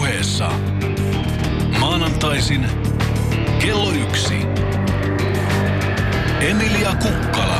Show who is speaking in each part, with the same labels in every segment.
Speaker 1: Puheessa maanantaisin kello 1. Emilia Kukkala.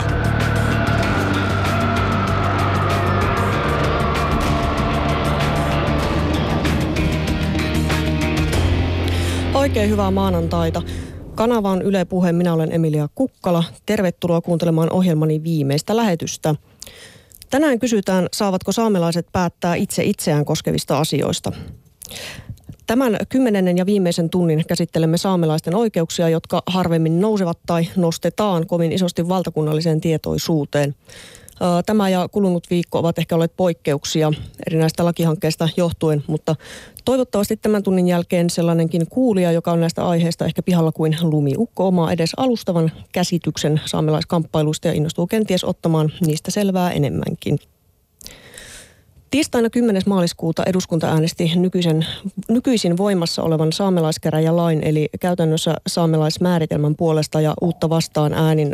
Speaker 2: Oikein hyvää maanantaita. Kanava on Yle Puhe, minä olen Emilia Kukkala. Tervetuloa kuuntelemaan ohjelmani viimeistä lähetystä. Tänään kysytään, saavatko saamelaiset päättää itse itseään koskevista asioista. Tämän 10. ja viimeisen tunnin käsittelemme saamelaisten oikeuksia, jotka harvemmin nousevat tai nostetaan kovin isosti valtakunnalliseen tietoisuuteen. Tämä ja kulunut viikko ovat ehkä olleet poikkeuksia erinäistä lakihankkeista johtuen, mutta toivottavasti tämän tunnin jälkeen sellainenkin kuulija, joka on näistä aiheista ehkä pihalla kuin lumiukko, omaa edes alustavan käsityksen saamelaiskamppailuista ja innostuu kenties ottamaan niistä selvää enemmänkin. Tiistaina 10. maaliskuuta eduskunta äänesti nykyisin voimassa olevan saamelaiskäräjälain eli käytännössä saamelaismääritelmän puolesta ja uutta vastaan äänin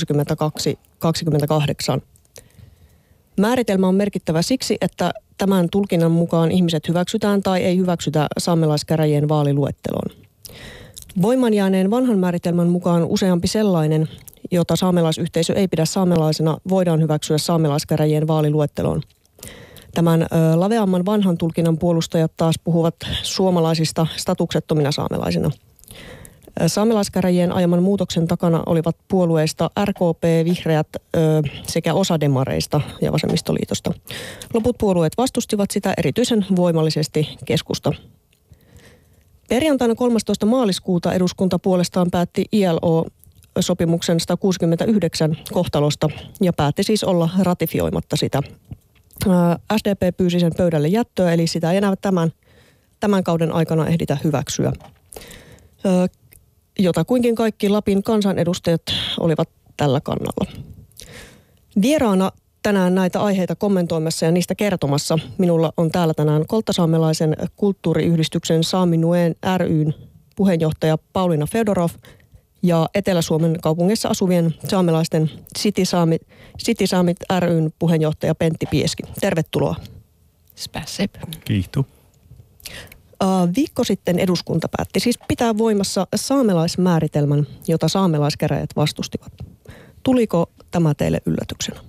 Speaker 2: 162-28. Määritelmä on merkittävä siksi, että tämän tulkinnan mukaan ihmiset hyväksytään tai ei hyväksytä saamelaiskäräjien vaaliluetteloon. Voiman jääneen vanhan määritelmän mukaan useampi sellainen, jota saamelaisyhteisö ei pidä saamelaisena, voidaan hyväksyä saamelaiskäräjien vaaliluetteloon. Tämän laveamman vanhan tulkinnan puolustajat taas puhuvat suomalaisista statuksettomina saamelaisina. Saamelaiskäräjien ajaman muutoksen takana olivat puolueista RKP, Vihreät sekä osa demareista ja vasemmistoliitosta. Loput puolueet vastustivat sitä erityisen voimallisesti keskusta. Perjantaina 13. maaliskuuta eduskunta puolestaan päätti ILO-sopimuksen 169 kohtalosta ja päätti siis olla ratifioimatta sitä. SDP pyysi sen pöydälle jättöä, eli sitä ei enää tämän kauden aikana ehditä hyväksyä. Jotakuinkin kaikki Lapin kansanedustajat olivat tällä kannalla. Vieraana tänään näitä aiheita kommentoimassa ja niistä kertomassa minulla on täällä tänään kolttasaamelaisen kulttuuriyhdistyksen Saaminuen ry:n puheenjohtaja Pauliina Fedorov ja Etelä-Suomen kaupungissa asuvien saamelaisten City Saamit ry:n puheenjohtaja Pentti Pieski. Tervetuloa.
Speaker 3: Späsep.
Speaker 4: Kiitos.
Speaker 2: Viikko sitten eduskunta päätti siis pitää voimassa saamelaismääritelmän, jota saamelaiskäräjät vastustivat. Tuliko tämä teille yllätyksenä?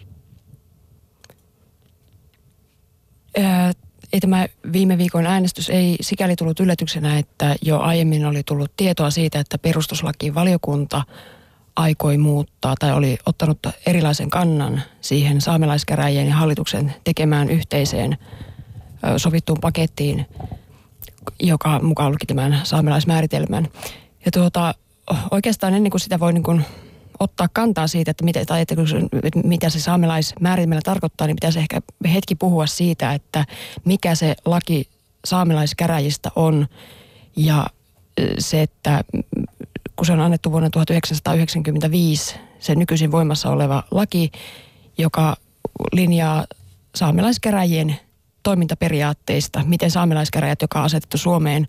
Speaker 3: Ei tämä viime viikon äänestys ei sikäli tullut yllätyksenä, että jo aiemmin oli tullut tietoa siitä, että perustuslakivaliokunta aikoi muuttaa tai oli ottanut erilaisen kannan siihen saamelaiskäräjien ja hallituksen tekemään yhteiseen sovittuun pakettiin, joka mukaan luki tämän saamelaismääritelmän. Ja oikeastaan ennen kuin sitä voi niin kuin ottaa kantaa siitä, että mitä se saamelaismääritelmä tarkoittaa, niin pitäisi ehkä hetki puhua siitä, että mikä se laki saamelaiskäräjistä on. Ja se, että kun se on annettu vuonna 1995, se nykyisin voimassa oleva laki, joka linjaa saamelaiskäräjien toimintaperiaatteista, miten saamelaiskäräjät, joka on asetettu Suomeen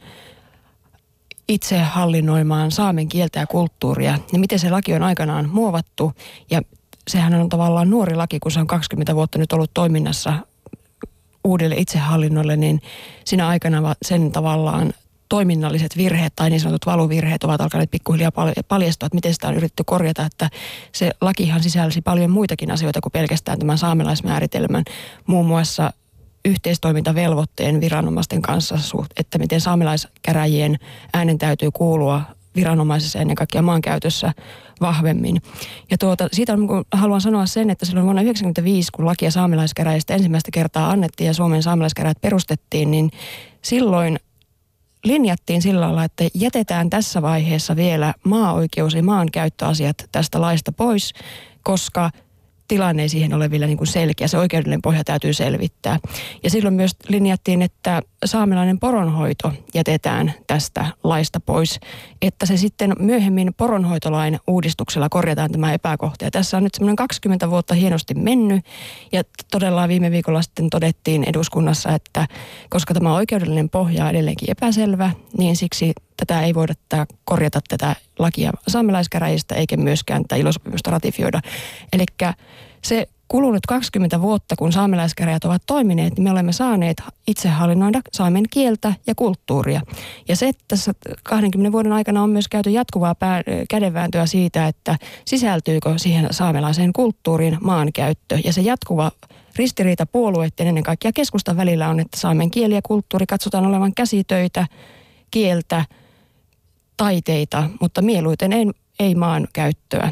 Speaker 3: itse hallinnoimaan saamen kieltä ja kulttuuria, ja miten se laki on aikanaan muovattu, ja sehän on tavallaan nuori laki, kun se on 20 vuotta nyt ollut toiminnassa uudelle itsehallinnolle, niin siinä aikana sen tavallaan toiminnalliset virheet tai niin sanotut valuvirheet ovat alkaneet pikkuhiljaa paljastua, että miten sitä on yritetty korjata, että se lakihan sisälsi paljon muitakin asioita kuin pelkästään tämän saamelaismääritelmän, muun muassa yhteistoimintavelvoitteen viranomaisten kanssa, että miten saamelaiskäräjien äänen täytyy kuulua viranomaisessa ennen kaikkea maankäytössä vahvemmin. Ja siitä haluan sanoa sen, että silloin vuonna 1995, kun lakia saamelaiskäräjistä ensimmäistä kertaa annettiin ja Suomen saamelaiskäräjät perustettiin, niin silloin linjattiin sillä lailla, että jätetään tässä vaiheessa vielä maaoikeus ja maankäyttöasiat tästä laista pois, koska tilanne ei siihen ole vielä niin kuin selkeä. Se oikeudellinen pohja täytyy selvittää. Ja silloin myös linjattiin, että saamelainen poronhoito jätetään tästä laista pois, että se sitten myöhemmin poronhoitolain uudistuksella korjataan tämä epäkohta. Ja tässä on nyt semmoinen 20 vuotta hienosti mennyt ja todella viime viikolla sitten todettiin eduskunnassa, että koska tämä oikeudellinen pohja on edelleenkin epäselvä, niin siksi tätä ei voida korjata tätä lakia saamelaiskäräjistä eikä myöskään tätä ILO-sopimusta ratifioida. Elikkä se kulunut 20 vuotta, kun saamelaiskäräjät ovat toimineet, niin me olemme saaneet itse hallinnoida saamen kieltä ja kulttuuria. Ja se, että tässä 20 vuoden aikana on myös käyty jatkuvaa kädenvääntöä siitä, että sisältyykö siihen saamelaiseen kulttuuriin maankäyttö. Ja se jatkuva ristiriita puolueiden ennen kaikkea keskustan välillä on, että saamen kieli ja kulttuuri katsotaan olevan käsitöitä, kieltä, taiteita, mutta mieluiten ei maankäyttöä.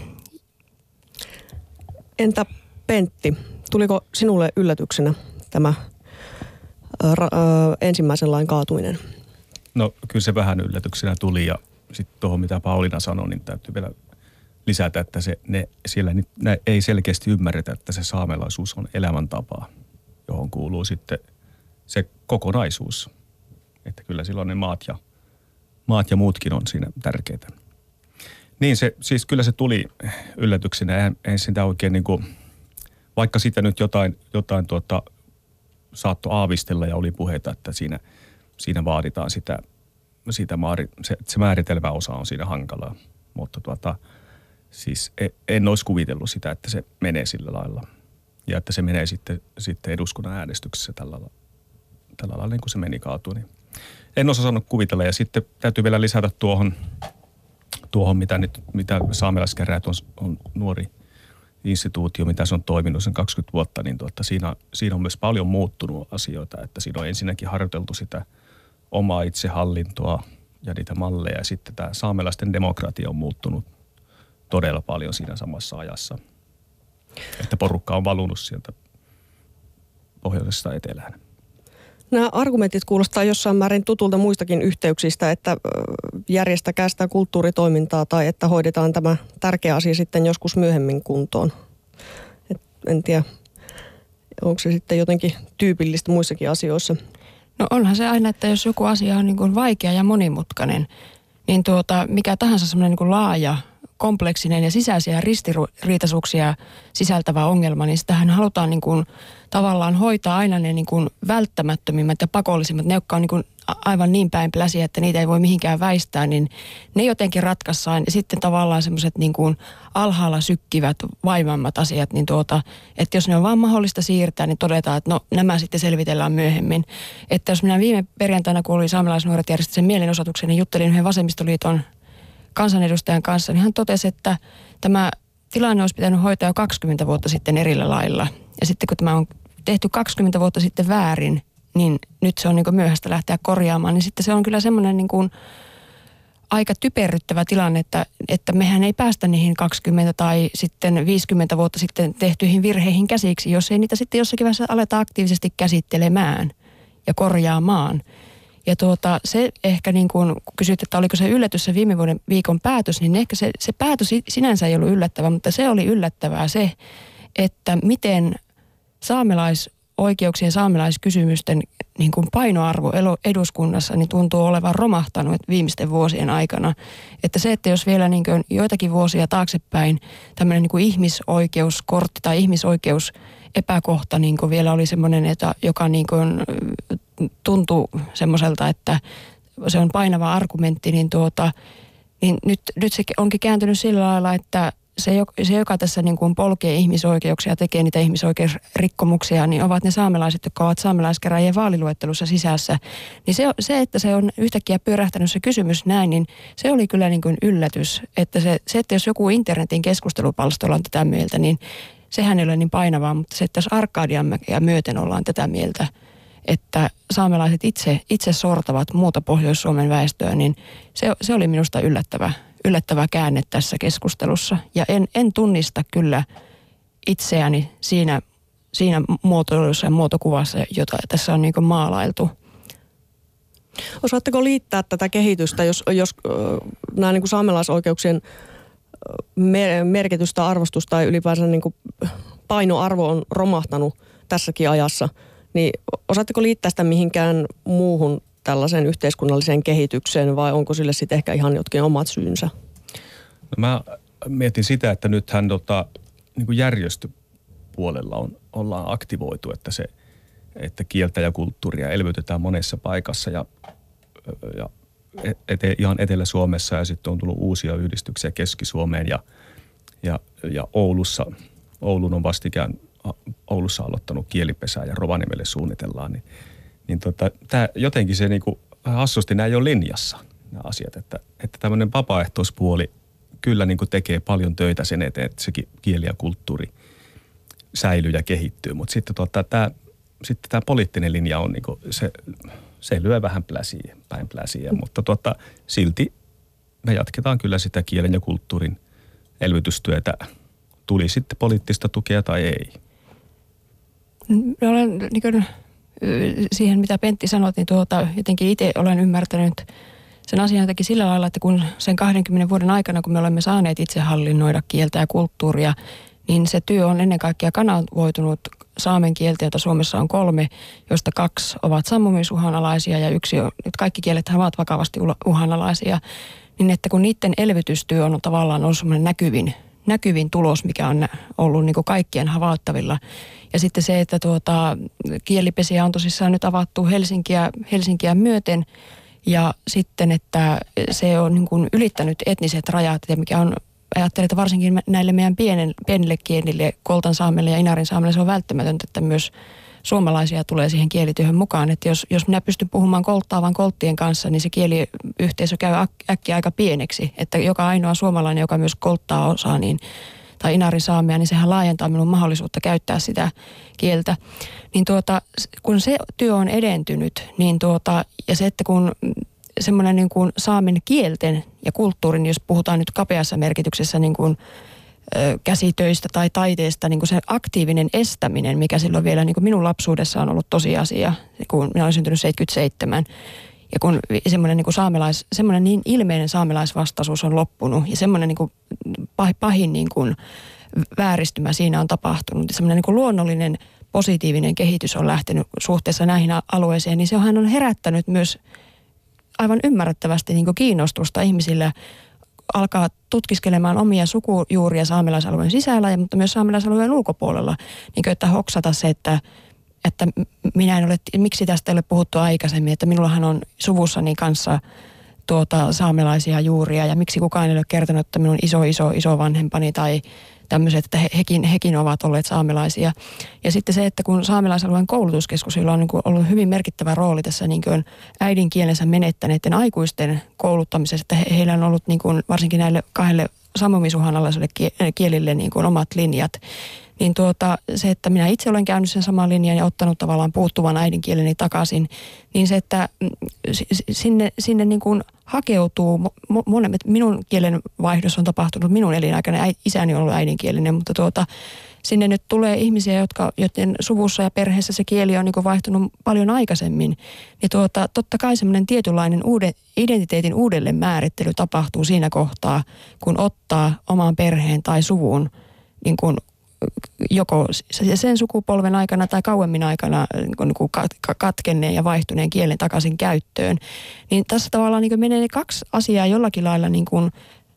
Speaker 2: Entä Pentti, tuliko sinulle yllätyksenä tämä ensimmäisen lain kaatuminen?
Speaker 4: No kyllä se vähän yllätyksenä tuli ja sitten tuohon mitä Pauliina sanoi, niin täytyy vielä lisätä, että siellä ei selkeästi ymmärretä, että se saamelaisuus on elämäntapa, johon kuuluu sitten se kokonaisuus. Että kyllä silloin ne maat ja muutkin on siinä tärkeitä. Niin siis kyllä se tuli yllätyksenä. Eihän sitä oikein niin kuin, vaikka sitä nyt jotain saattoi aavistella ja oli puheita, että siinä vaaditaan se määritelmä osa on siinä hankalaa. Mutta siis en olisi kuvitellut sitä, että se menee sillä lailla. Ja että se menee sitten eduskunnan äänestyksessä tällä lailla niin kuin se meni kaatuun. Niin en osannut kuvitella ja sitten täytyy vielä lisätä tuohon mitä saamelaiskäräjät on nuori instituutio, mitä se on toiminut sen 20 vuotta, niin siinä on myös paljon muuttunut asioita, että siinä on ensinnäkin harjoiteltu sitä omaa itsehallintoa ja niitä malleja ja sitten tämä saamelaisten demokratia on muuttunut todella paljon siinä samassa ajassa, että porukka on valunut sieltä pohjoisesta etelään.
Speaker 2: Nämä argumentit kuulostaa jossain määrin tutulta muistakin yhteyksistä, että järjestäkää sitä kulttuuritoimintaa tai että hoidetaan tämä tärkeä asia sitten joskus myöhemmin kuntoon. En tiedä, onko se sitten jotenkin tyypillistä muissakin asioissa.
Speaker 3: No onhan se aina, että jos joku asia on niin kuin vaikea ja monimutkainen, niin mikä tahansa semmoinen niin kuin laaja, kompleksinen ja sisäisiä ristiriitaisuuksia sisältävä ongelma, niin sitähän halutaan niin kuin tavallaan hoitaa aina ne niin kuin välttämättömimmät ja pakollisimmat, ne jotka on niin kuin aivan niin päin pläsiä, että niitä ei voi mihinkään väistää, niin ne jotenkin ratkaissaan. Ja sitten tavallaan semmoiset niin kuin alhaalla sykkivät, vaivammat asiat, niin että jos ne on vaan mahdollista siirtää, niin todetaan, että no nämä sitten selvitellään myöhemmin. Että jos minä viime perjantaina, kun oli saamelaisnuoret järjesti sen mielenosoituksen, niin juttelin yhden vasemmistoliiton kansanedustajan kanssa, niin hän totesi, että tämä tilanne olisi pitänyt hoitaa jo 20 vuotta sitten erillä lailla. Ja sitten kun tämä on tehty 20 vuotta sitten väärin, niin nyt se on niin kuin myöhäistä lähteä korjaamaan. Niin sitten se on kyllä semmoinen niin kuin aika typerryttävä tilanne, että mehän ei päästä niihin 20 tai sitten 50 vuotta sitten tehtyihin virheihin käsiksi, jos ei niitä sitten jossakin vaiheessa aleta aktiivisesti käsittelemään ja korjaamaan. Ja se ehkä niin kuin kysyt, että oliko se yllätys se viime viikon päätös, niin ehkä se päätös sinänsä ei ollut yllättävä, mutta se oli yllättävää se, että miten saamelaisoikeuksien ja saamelaiskysymysten niin kuin painoarvo eduskunnassa niin tuntuu olevan romahtanut viimeisten vuosien aikana. Että se, että jos vielä niin kuin joitakin vuosia taaksepäin tämmöinen niin kuin ihmisoikeuskortti tai ihmisoikeusepäkohta niin kuin vielä oli semmoinen, joka niin kuin tuntui semmoiselta, että se on painava argumentti, niin nyt se onkin kääntynyt sillä lailla, että se joka tässä niin kuin polkee ihmisoikeuksia, tekee niitä ihmisoikeusrikkomuksia, niin ovat ne saamelaiset, jotka ovat saamelaiskäräjien vaaliluettelussa sisässä. Niin se, että se on yhtäkkiä pyörähtänyt se kysymys näin, niin se oli kyllä niin kuin yllätys. Että se, että jos joku internetin keskustelupalstolla on tätä mieltä, niin sehän ei ole niin painavaa, mutta se, että jos Arkadianmäkeä myöten ollaan tätä mieltä, että saamelaiset itse sortavat muuta Pohjois-Suomen väestöä, niin se oli minusta yllättävä käänne tässä keskustelussa. Ja en tunnista kyllä itseäni siinä muotoilussa ja muotokuvassa, jota tässä on niin kuin maalailtu.
Speaker 2: Osaatteko liittää tätä kehitystä, jos nämä niin kuin saamelaisoikeuksien merkitystä, arvostusta tai ylipäänsä niin kuin painoarvo on romahtanut tässäkin ajassa, niin osaatteko liittää sitä mihinkään muuhun tällaiseen yhteiskunnalliseen kehitykseen vai onko sille sitten ehkä ihan jotkin omat syynsä?
Speaker 4: No mä mietin sitä, että nythän niin kuin järjestöpuolella ollaan aktivoitu, että kieltä ja kulttuuria elvytetään monessa paikassa ja ihan Etelä-Suomessa ja sitten on tullut uusia yhdistyksiä Keski-Suomeen ja Oulussa. Oulun on vastikään Oulussa aloittanut kielipesää ja Rovaniemelle suunnitellaan, niin tämä jotenkin se niin kuin hassusti nämä ei ole linjassa nämä asiat, että tämmöinen vapaaehtoispuoli kyllä niin kuin tekee paljon töitä sen eteen, että se kieli ja kulttuuri säilyy ja kehittyy, mutta sitten tämä poliittinen linja on niin kuin se lyö vähän päin pläsiä, mutta silti me jatketaan kyllä sitä kielen ja kulttuurin elvytystyötä, tuli sitten poliittista tukea tai ei.
Speaker 3: Olen niin kuin, siihen, mitä Pentti sanoi, niin jotenkin itse olen ymmärtänyt sen asian jotenkin sillä lailla, että kun sen 20 vuoden aikana, kun me olemme saaneet itse hallinnoida kieltä ja kulttuuria, niin se työ on ennen kaikkea kanavoitunut saamen kieltä, jota Suomessa on 3, joista 2 ovat sammumisuhanalaisia ja 1 on, nyt kaikki kielet ovat vakavasti uhanalaisia, niin että kun niiden elvytystyö on tavallaan ollut semmoinen näkyvin tulos, mikä on ollut niin kuin kaikkien havaittavilla. Ja sitten se, että kielipesiä on tosissaan nyt avattu Helsinkiä myöten ja sitten, että se on niin kuin ylittänyt etniset rajat ja mikä on, ajattelen, että varsinkin näille meidän pienille kielille, koltan saamelle ja inarin saamelle, se on välttämätöntä, että myös suomalaisia tulee siihen kielityöhön mukaan. Että jos minä pystyn puhumaan kolttaavan kolttien kanssa, niin se kieliyhteisö käy äkkiä aika pieneksi. Että joka ainoa suomalainen, joka myös kolttaa osaa, tai inarin saamea, niin sehän laajentaa minun mahdollisuutta käyttää sitä kieltä. Niin kun se työ on edentynyt, niin ja se, että kun semmoinen niin kuin saamen kielten ja kulttuurin, jos puhutaan nyt kapeassa merkityksessä niin kuin käsitöistä tai taiteesta, niin kuin se aktiivinen estäminen, mikä silloin vielä niin kuin minun lapsuudessa on ollut tosiasia, kun minä olen syntynyt 77, ja kun semmoinen niin kuin semmoinen niin ilmeinen saamelaisvastaisuus on loppunut, ja semmoinen niin kuin pahin niin kuin vääristymä siinä on tapahtunut, ja semmoinen niin kuin luonnollinen positiivinen kehitys on lähtenyt suhteessa näihin alueisiin, niin sehän on herättänyt myös aivan ymmärrettävästi niin kuin kiinnostusta ihmisillä alkaa tutkiskelemaan omia sukujuuria saamelaisalueen sisällä, mutta myös saamelaisalueen ulkopuolella. Niin kuin, että hoksata se, että minä en ole, miksi tästä ei ole puhuttu aikaisemmin, että minullahan on suvussani kanssa saamelaisia juuria ja miksi kukaan ei ole kertonut, että minun iso vanhempani tai tämmöiset, että hekin ovat olleet saamelaisia. Ja sitten se, että kun saamelaisalueen koulutuskeskus, jolla on niin kuin ollut hyvin merkittävä rooli tässä niin kuin äidinkielensä menettäneiden aikuisten kouluttamisessa, että heillä on ollut niin kuin varsinkin näille 2 sammumisuhanalaisille kielille niin kuin omat linjat, niin se, että minä itse olen käynyt sen saman linjan ja ottanut tavallaan puuttuvan äidinkieleni takaisin, niin se, että sinne niin kuin hakeutuu, minun kielen vaihdos on tapahtunut minun elinaikana, isäni on ollut äidinkielinen, mutta sinne nyt tulee ihmisiä, joiden suvussa ja perheessä se kieli on niin kuin vaihtunut paljon aikaisemmin, niin totta kai semmoinen tietynlainen identiteetin uudelleen määrittely tapahtuu siinä kohtaa, kun ottaa oman perheen tai suvun niin kuin joko sen sukupolven aikana tai kauemmin aikana niin kuin katkenneen ja vaihtuneen kielen takaisin käyttöön. Niin tässä tavallaan niin kuin menee 2 asiaa jollakin lailla niin kuin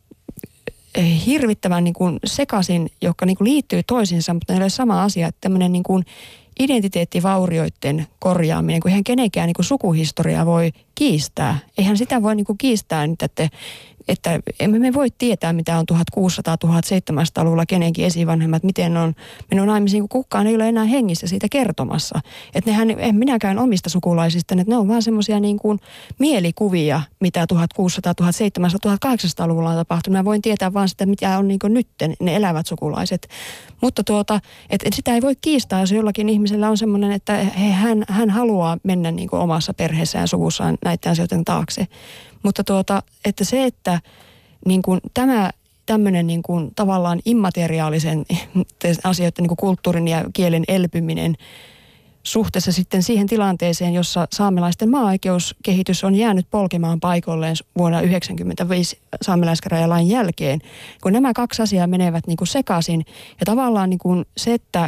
Speaker 3: hirvittävän niin kuin sekaisin, jotka niin kuin liittyy toisiinsa, mutta ne ei ole sama asia. Että tämmöinen niin kuin identiteettivaurioiden korjaaminen, kun eihän kenenkään niin kuin sukuhistoriaa voi kiistää. Eihän sitä voi niin kuin kiistää nyt, että emme me voi tietää, mitä on 1600-1700-luvulla kenenkin esivanhemmat, miten on mennyt naimisiin, kun kukaan ei ole enää hengissä siitä kertomassa. Että en minäkään omista sukulaisista, että ne on vaan semmoisia niin kuin mielikuvia, mitä 1600-1700-1800-luvulla on tapahtunut. Mä voin tietää vaan sitä, mitä on niin kuin nyt ne elävät sukulaiset. Mutta että sitä ei voi kiistää, jos jollakin ihmisellä on semmoinen, että hän haluaa mennä niin kuin omassa perheessään ja suvussaan näiden asioiden taakse. Mutta että se, että niin kuin tämmöinen niin kuin tavallaan immateriaalisen asioiden niin kuin kulttuurin ja kielen elpyminen suhteessa sitten siihen tilanteeseen, jossa saamelaisten maa-oikeuskehitys on jäänyt polkemaan paikoilleen vuonna 1995 saamelaiskäräjälain jälkeen, kun nämä 2 asiaa menevät niin kuin sekaisin ja tavallaan niin kuin se, että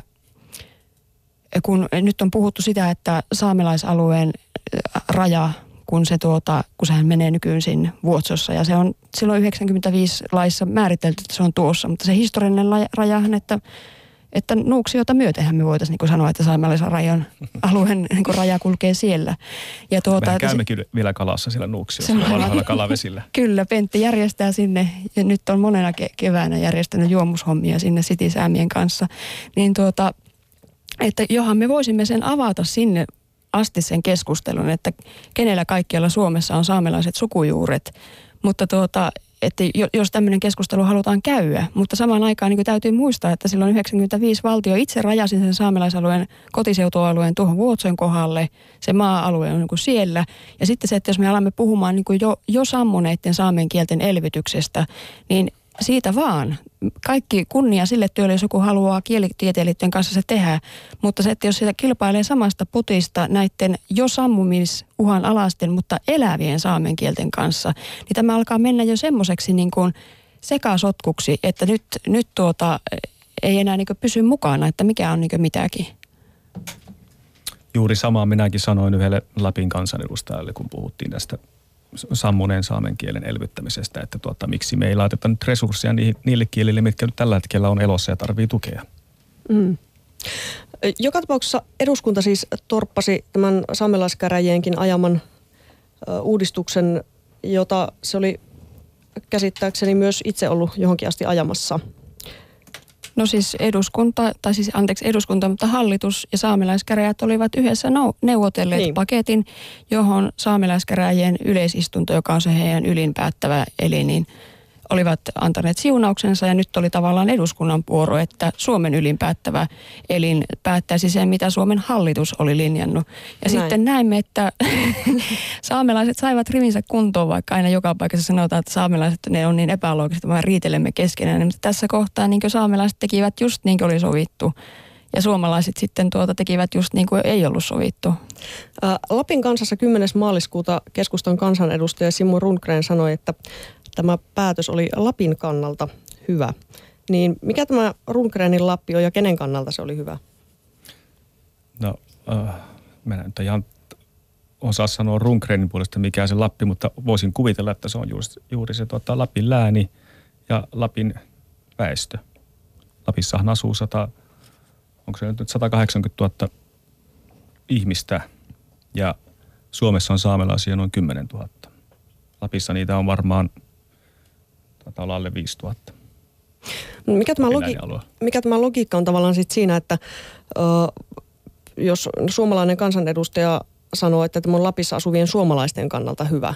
Speaker 3: kun nyt on puhuttu sitä, että saamelaisalueen raja kun sehän menee nykyisin Vuotsossa ja se on silloin 95 laissa määritelty, että se on tuossa, mutta se historiallinen rajahan, että Nuuksiota myötenhän me voitaisiin niin kuin sanoa, että saamelaisen alueen niin kuin raja kulkee siellä. Ja
Speaker 4: mehän käymmekin vielä kalassa siellä Nuuksiossa, vanhalla kalavesillä.
Speaker 3: Kyllä, Pentti järjestää sinne, ja nyt on monena keväänä järjestänyt juomushommia sinne sitisäämien kanssa. Niin että johan me voisimme sen avata sinne asti sen keskustelun, että kenellä kaikkialla Suomessa on saamelaiset sukujuuret, mutta että jos tämmöinen keskustelu halutaan käydä, mutta samaan aikaan niin täytyy muistaa, että silloin 1995 valtio itse rajasi sen saamelaisalueen kotiseutualueen tuohon Vuotson kohdalle, se maa-alue on niin kuin siellä, ja sitten se, että jos me alamme puhumaan niin kuin jo sammuneiden saamen kielten elvytyksestä, niin siitä vaan. Kaikki kunnia sille työlle, jos joku haluaa kielitieteilijöiden kanssa se tehdä, mutta se, että jos sitä kilpailee samasta potista näiden jo sammumisuhan alaisten, mutta elävien saamen kielten kanssa, niin tämä alkaa mennä jo semmoiseksi niin kuin sekasotkuksi, että nyt ei enää niin kuin pysy mukana, että mikä on niin kuin mitäkin.
Speaker 4: Juuri samaa minäkin sanoin yhdelle Lapin kansanedustajalle, kun puhuttiin tästä sammuneen saamen kielen elvyttämisestä, että miksi me ei laiteta nyt resursseja niille kielille, mitkä nyt tällä hetkellä on elossa ja tarvii tukea.
Speaker 2: Joka tapauksessa eduskunta siis torppasi tämän saamelaiskäräjienkin ajaman uudistuksen, jota se oli käsittääkseni myös itse ollut johonkin asti ajamassa.
Speaker 3: No siis eduskunta, mutta hallitus ja saamelaiskäräjät olivat yhdessä neuvotelleet paketin, johon saamelaiskäräjien yleisistunto, joka on se heidän ylinpäättävä elin, niin olivat antaneet siunauksensa ja nyt oli tavallaan eduskunnan vuoro, että Suomen ylinpäättävä elin päättäisi sen, mitä Suomen hallitus oli linjannut. Ja sitten näimme, että saamelaiset saivat rivinsä kuntoon, vaikka aina joka paikassa sanotaan, että saamelaiset ne on niin epäloogista, vaan riitelemme keskenään. Mutta tässä kohtaa niin saamelaiset tekivät just niin kuin oli sovittu. Ja suomalaiset sitten tekivät just niin kuin ei ollut sovittu.
Speaker 2: Lapin Kansassa 10. maaliskuuta keskustan kansanedustaja Simmo Rundgren sanoi, että tämä päätös oli Lapin kannalta hyvä. Niin mikä tämä Rundgrenin Lappi on ja kenen kannalta se oli hyvä?
Speaker 4: No, mä en ihan osaa sanoa Rundgrenin puolesta mikä se Lappi, mutta voisin kuvitella, että se on juuri se Lapin lääni ja Lapin väestö. Lapissahan asuu 180 000 ihmistä ja Suomessa on saamelaisia noin 10 000. Lapissa niitä on varmaan taitaa olla alle 5 000.
Speaker 2: Mikä tämä logiikka on tavallaan sit siinä, että jos suomalainen kansanedustaja sanoo, että tämä on Lapissa asuvien suomalaisten kannalta hyvä?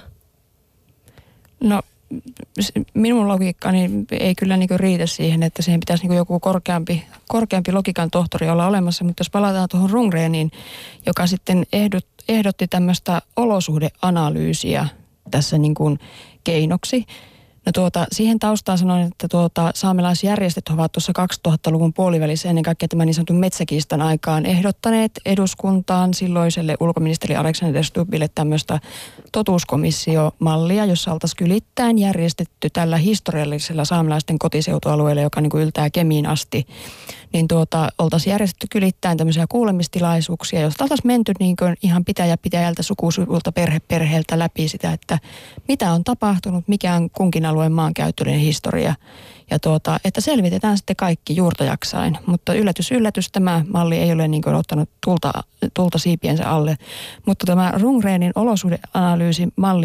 Speaker 3: No minun logiikkani ei kyllä niinku riitä siihen, että siihen pitäisi niinku joku korkeampi logiikan tohtori olla olemassa, mutta jos palataan tuohon Rundgreniin, joka sitten ehdotti tämmöistä olosuhdeanalyysiä tässä niin kuin keinoksi. No siihen taustaan sanoin, että saamelaisjärjestöt ovat tuossa 2000-luvun puolivälissä ennen kaikkea tämän niin sanotun metsäkiistan aikaan ehdottaneet eduskuntaan silloiselle ulkoministeri Alexander Stubbille tämmöistä totuuskomissiomallia, jossa oltaisiin kylittäin järjestetty tällä historiallisella saamelaisten kotiseutualueella, joka niin kuin yltää Kemiin asti, niin oltaisiin järjestetty kylittäin tämmöisiä kuulemistilaisuuksia, joista oltaisiin menty niin kuin ihan pitäjältä sukusivulta perheeltä läpi sitä, että mitä on tapahtunut, mikä on kunkin alueen maankäyttöllinen historia. Ja että selvitetään sitten kaikki juurta jaksain. Mutta yllätys, tämä malli ei ole niin kuin ottanut tulta siipiensä alle. Mutta tämä Rundgrenin olosuhdeanalyysimalli,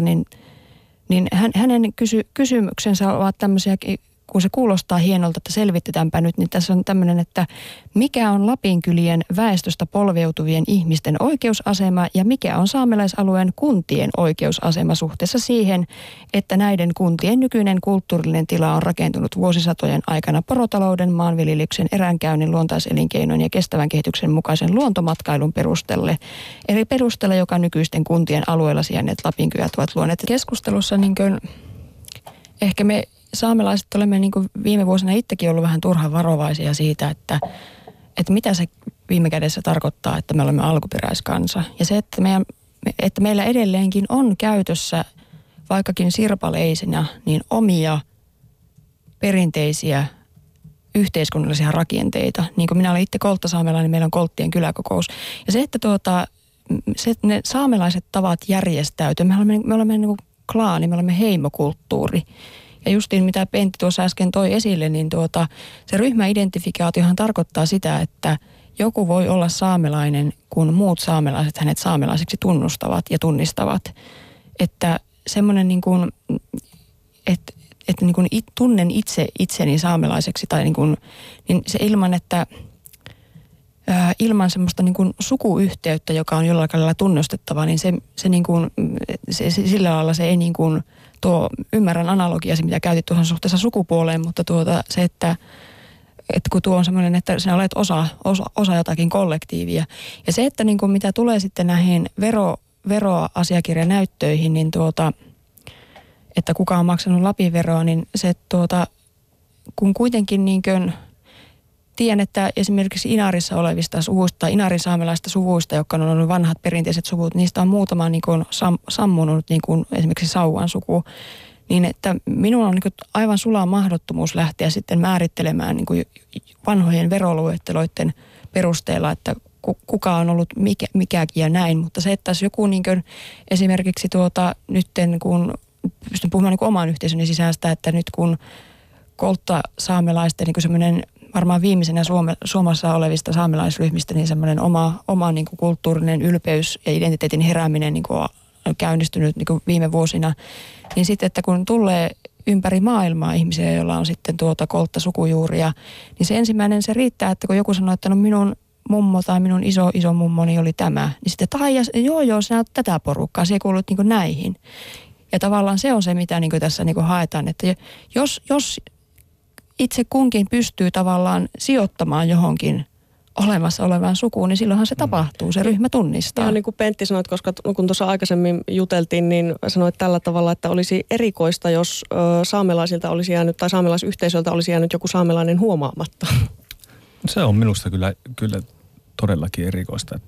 Speaker 3: niin hänen kysymyksensä ovat tämmöisiä, kun se kuulostaa hienolta, että selvitetäänpä nyt, niin tässä on tämmöinen, että mikä on Lapinkylien väestöstä polveutuvien ihmisten oikeusasema ja mikä on saamelaisalueen kuntien oikeusasema suhteessa siihen, että näiden kuntien nykyinen kulttuurillinen tila on rakentunut vuosisatojen aikana porotalouden, maanviljelyksen, eränkäynnin, luontaiselinkeinojen ja kestävän kehityksen mukaisen luontomatkailun perusteelle. Eli perusteella, joka nykyisten kuntien alueella sijainneet Lapinkylät ovat luoneet. Keskustelussa niin kuin, ehkä me saamelaiset olemme niin kuin viime vuosina itsekin ollut vähän turhan varovaisia siitä, että mitä se viime kädessä tarkoittaa, että me olemme alkuperäiskansa. Ja se, että meillä edelleenkin on käytössä, vaikkakin sirpaleisina, niin omia perinteisiä yhteiskunnallisia rakenteita. Niin kuin minä olen itse kolttasaamelainen, niin meillä on kolttien kyläkokous. Ja se, että ne saamelaiset tavat järjestäytyy, me olemme niin kuin klaani, me olemme heimokulttuuri. Ja justiin mitä Pentti tuossa äsken toi esille, niin se ryhmäidentifikaatiohan tarkoittaa sitä, että joku voi olla saamelainen, kun muut saamelaiset hänet saamelaiseksi tunnustavat ja tunnistavat. Että semmoinen niin kuin, että niin kuin tunnen itseni saamelaiseksi tai niin kuin, niin se ilman, että ilman semmoista niin kuin sukuyhteyttä, joka on jollain lailla tunnustettava, niin se niin kuin, sillä lailla se ei niin kuin ymmärrän analogiasi, mitä käytit tuohon suhteessa sukupuoleen, mutta se, että kun tuo on semmoinen, että sinä olet osa jotakin kollektiivia. Ja se, että niin kuin mitä tulee sitten näihin veroasiakirjanäyttöihin, niin että kuka on maksanut Lapin-veroa, niin se, kun kuitenkin niin kuin tiedän, että esimerkiksi Inarissa olevista suvuista, Inarin saamelaista suvuista, jotka on ollut vanhat perinteiset suvut, niistä on muutama niin kuin sammunut, niin kuin esimerkiksi Sauvan suku, niin että minulla on niin kuin aivan sulaa mahdottomuus lähteä sitten määrittelemään niin kuin vanhojen veroluetteloiden perusteella, että kuka on ollut mikäkin ja näin, mutta se, että jos joku niin kuin esimerkiksi nytten, kun pystyn puhumaan niin kuin oman yhteisöni sisäistä, että nyt kun kolttasaamelaisten niin kuin semmoinen varmaan viimeisenä Suomessa olevista saamelaisryhmistä niin semmoinen oma niin kuin kulttuurinen ylpeys ja identiteetin herääminen niin kuin on käynnistynyt niin kuin viime vuosina, niin sitten, että kun tulee ympäri maailmaa ihmisiä, joilla on sitten kolttasukujuuria, niin se ensimmäinen se riittää, että kun joku sanoo, että no minun mummo tai minun iso mummoni oli tämä, niin sitten, että joo, sinä olet tätä porukkaa, se ei kuulut niin kuin näihin. Ja tavallaan se on se, mitä niin kuin tässä niin kuin haetaan, että jos itse kunkin pystyy tavallaan sijoittamaan johonkin olemassa olevaan sukuun, niin silloinhan se tapahtuu, se ryhmä tunnistaa.
Speaker 2: Ja niin kuin Pentti sanoit, koska kun tuossa aikaisemmin juteltiin, niin sanoit tällä tavalla, että olisi erikoista, jos saamelaisilta olisi jäänyt tai saamelaisyhteisöltä olisi jäänyt joku saamelainen huomaamatta.
Speaker 4: Se on minusta kyllä todellakin erikoista,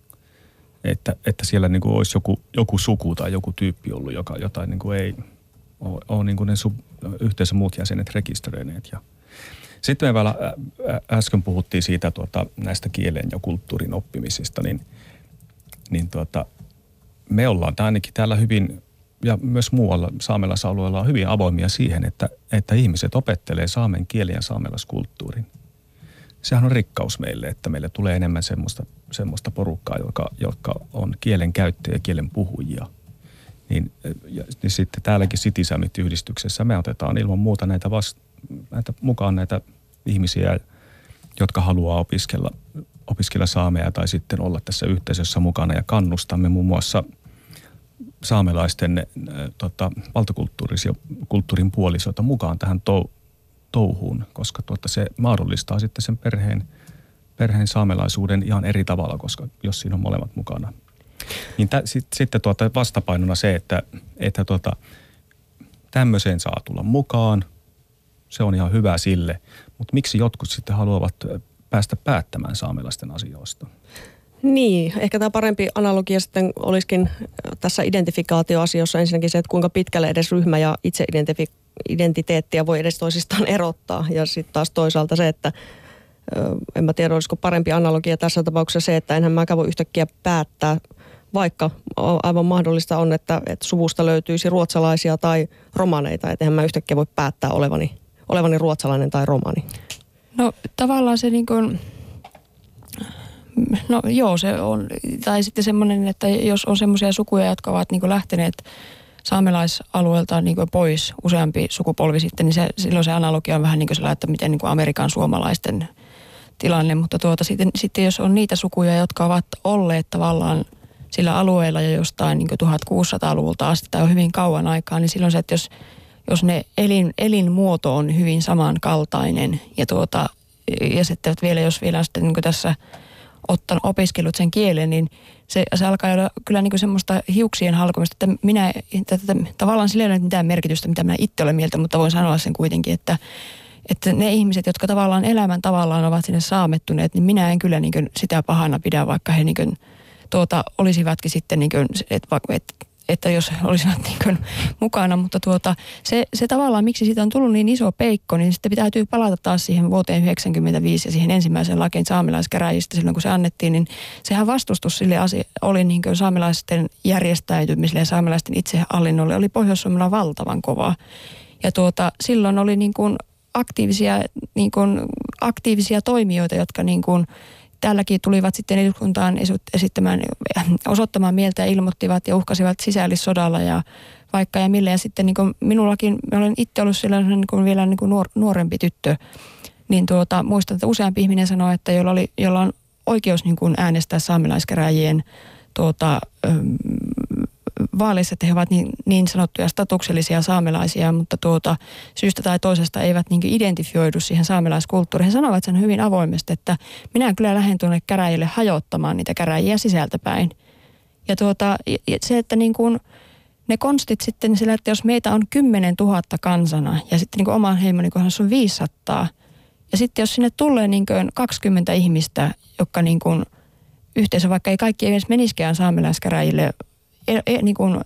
Speaker 4: että siellä niin kuin olisi joku suku tai joku tyyppi ollut, joka jotain niin kuin ei ole niin kuin ne yhteisön muut jäsenet rekisteröineet. Ja sitten me vielä äsken puhuttiin siitä näistä kielen ja kulttuurin oppimisista, niin me ollaan ainakin täällä hyvin ja myös muualla saamelaisalueella on hyvin avoimia siihen, että ihmiset opettelee saamen kielen ja saamelaiskulttuurin. Sehän on rikkaus meille, että meille tulee enemmän semmoista porukkaa, jotka on kielen käyttäjä ja kielen puhujia. Niin sitten täälläkin City Summit-yhdistyksessä me otetaan ilman muuta näitä mukaan näitä ihmisiä, jotka haluaa opiskella saamea tai sitten olla tässä yhteisössä mukana ja kannustamme muun muassa saamelaisten valtakulttuurin puolisoita mukaan tähän touhuun, koska se mahdollistaa sitten sen perheen saamelaisuuden ihan eri tavalla, koska jos siinä on molemmat mukana. Niin sitten vastapainona se, että tämmöiseen saa tulla mukaan, se on ihan hyvä sille, mutta miksi jotkut sitten haluavat päästä päättämään saamelaisten asioista?
Speaker 2: Niin, ehkä tämä parempi analogia sitten olisikin tässä identifikaatioasiossa ensinnäkin se, että kuinka pitkälle edes ryhmä ja itse-identiteettiä voi edes toisistaan erottaa. Ja sitten taas toisaalta se, että en mä tiedä, olisiko parempi analogia tässä tapauksessa se, että enhän mäkään voi yhtäkkiä päättää, vaikka aivan mahdollista on, että suvusta löytyisi ruotsalaisia tai romaneita, että enhän mä yhtäkkiä voi päättää olevani ruotsalainen tai romani.
Speaker 3: No tavallaan se niin kuin, no joo se on, tai sitten semmoinen, että jos on semmoisia sukuja, jotka ovat niin kuin lähteneet saamelaisalueelta niin kuin pois useampi sukupolvi sitten, niin silloin se analogia on vähän niin kuin sellainen, että miten niin kuin Amerikan suomalaisten tilanne, mutta sitten jos on niitä sukuja, jotka ovat olleet tavallaan sillä alueella jo jostain niin kuin 1600-luvulta asti tai on hyvin kauan aikaa, niin silloin se, että jos ne elinmuoto on hyvin samankaltainen ja sitten vielä jos vielä sitten niin kuin tässä opiskellut sen kielen, niin se alkaa olla kyllä niin kuin semmoista hiuksien halkomista, että tavallaan sillä ei ole mitään merkitystä, mitä minä itse olen mieltä, mutta voin sanoa sen kuitenkin, että ne ihmiset, jotka tavallaan elämän tavallaan ovat sinne saamettuneet, niin minä en kyllä niin kuin sitä pahana pidä, vaikka he niin kuin olisivatkin sitten niin kuin, että jos olisivat niin kuin mukana, mutta se tavallaan, miksi siitä on tullut niin iso peikko, niin sitten täytyy palata taas siihen vuoteen 1995 ja siihen ensimmäiseen lakiin saamelaiskäräjistä silloin, kun se annettiin, niin sehän vastustus sille oli niin kuin saamelaisten järjestäytymiselle ja saamelaisten itsehallinnolle oli Pohjois-Suomella valtavan kova. Ja silloin oli niin kuin aktiivisia toimijoita, jotka niin kuin täälläkin tulivat sitten eduskuntaan osoittamaan mieltä ja ilmoittivat ja uhkasivat sisällissodalla ja vaikka ja millä. Ja sitten niin kuin minullakin, mä olen itse ollut sellainen niin kuin vielä niin kuin nuorempi tyttö, niin muistan, että useampi ihminen sanoi, että jolla on oikeus niin kuin äänestää saamelaiskäräjien vaaleissa, että he ovat niin sanottuja statuksellisia saamelaisia, mutta syystä tai toisesta eivät niin kuin identifioidu siihen saamelaiskulttuuriin. He sanovat sen hyvin avoimesti, että minä kyllä lähden tuonne käräjille hajottamaan niitä käräjiä sisältäpäin. Ja se, että niin kuin ne konstit sitten sillä, että jos meitä on 10 000 kansana ja sitten niin kuin oman heimoni kohdassa on 500, ja sitten jos sinne tulee niin kuin 20 ihmistä, jotka niin kuin yhteisö, vaikka ei kaikki edes meniskään saamelaiskäräjille niin kuin,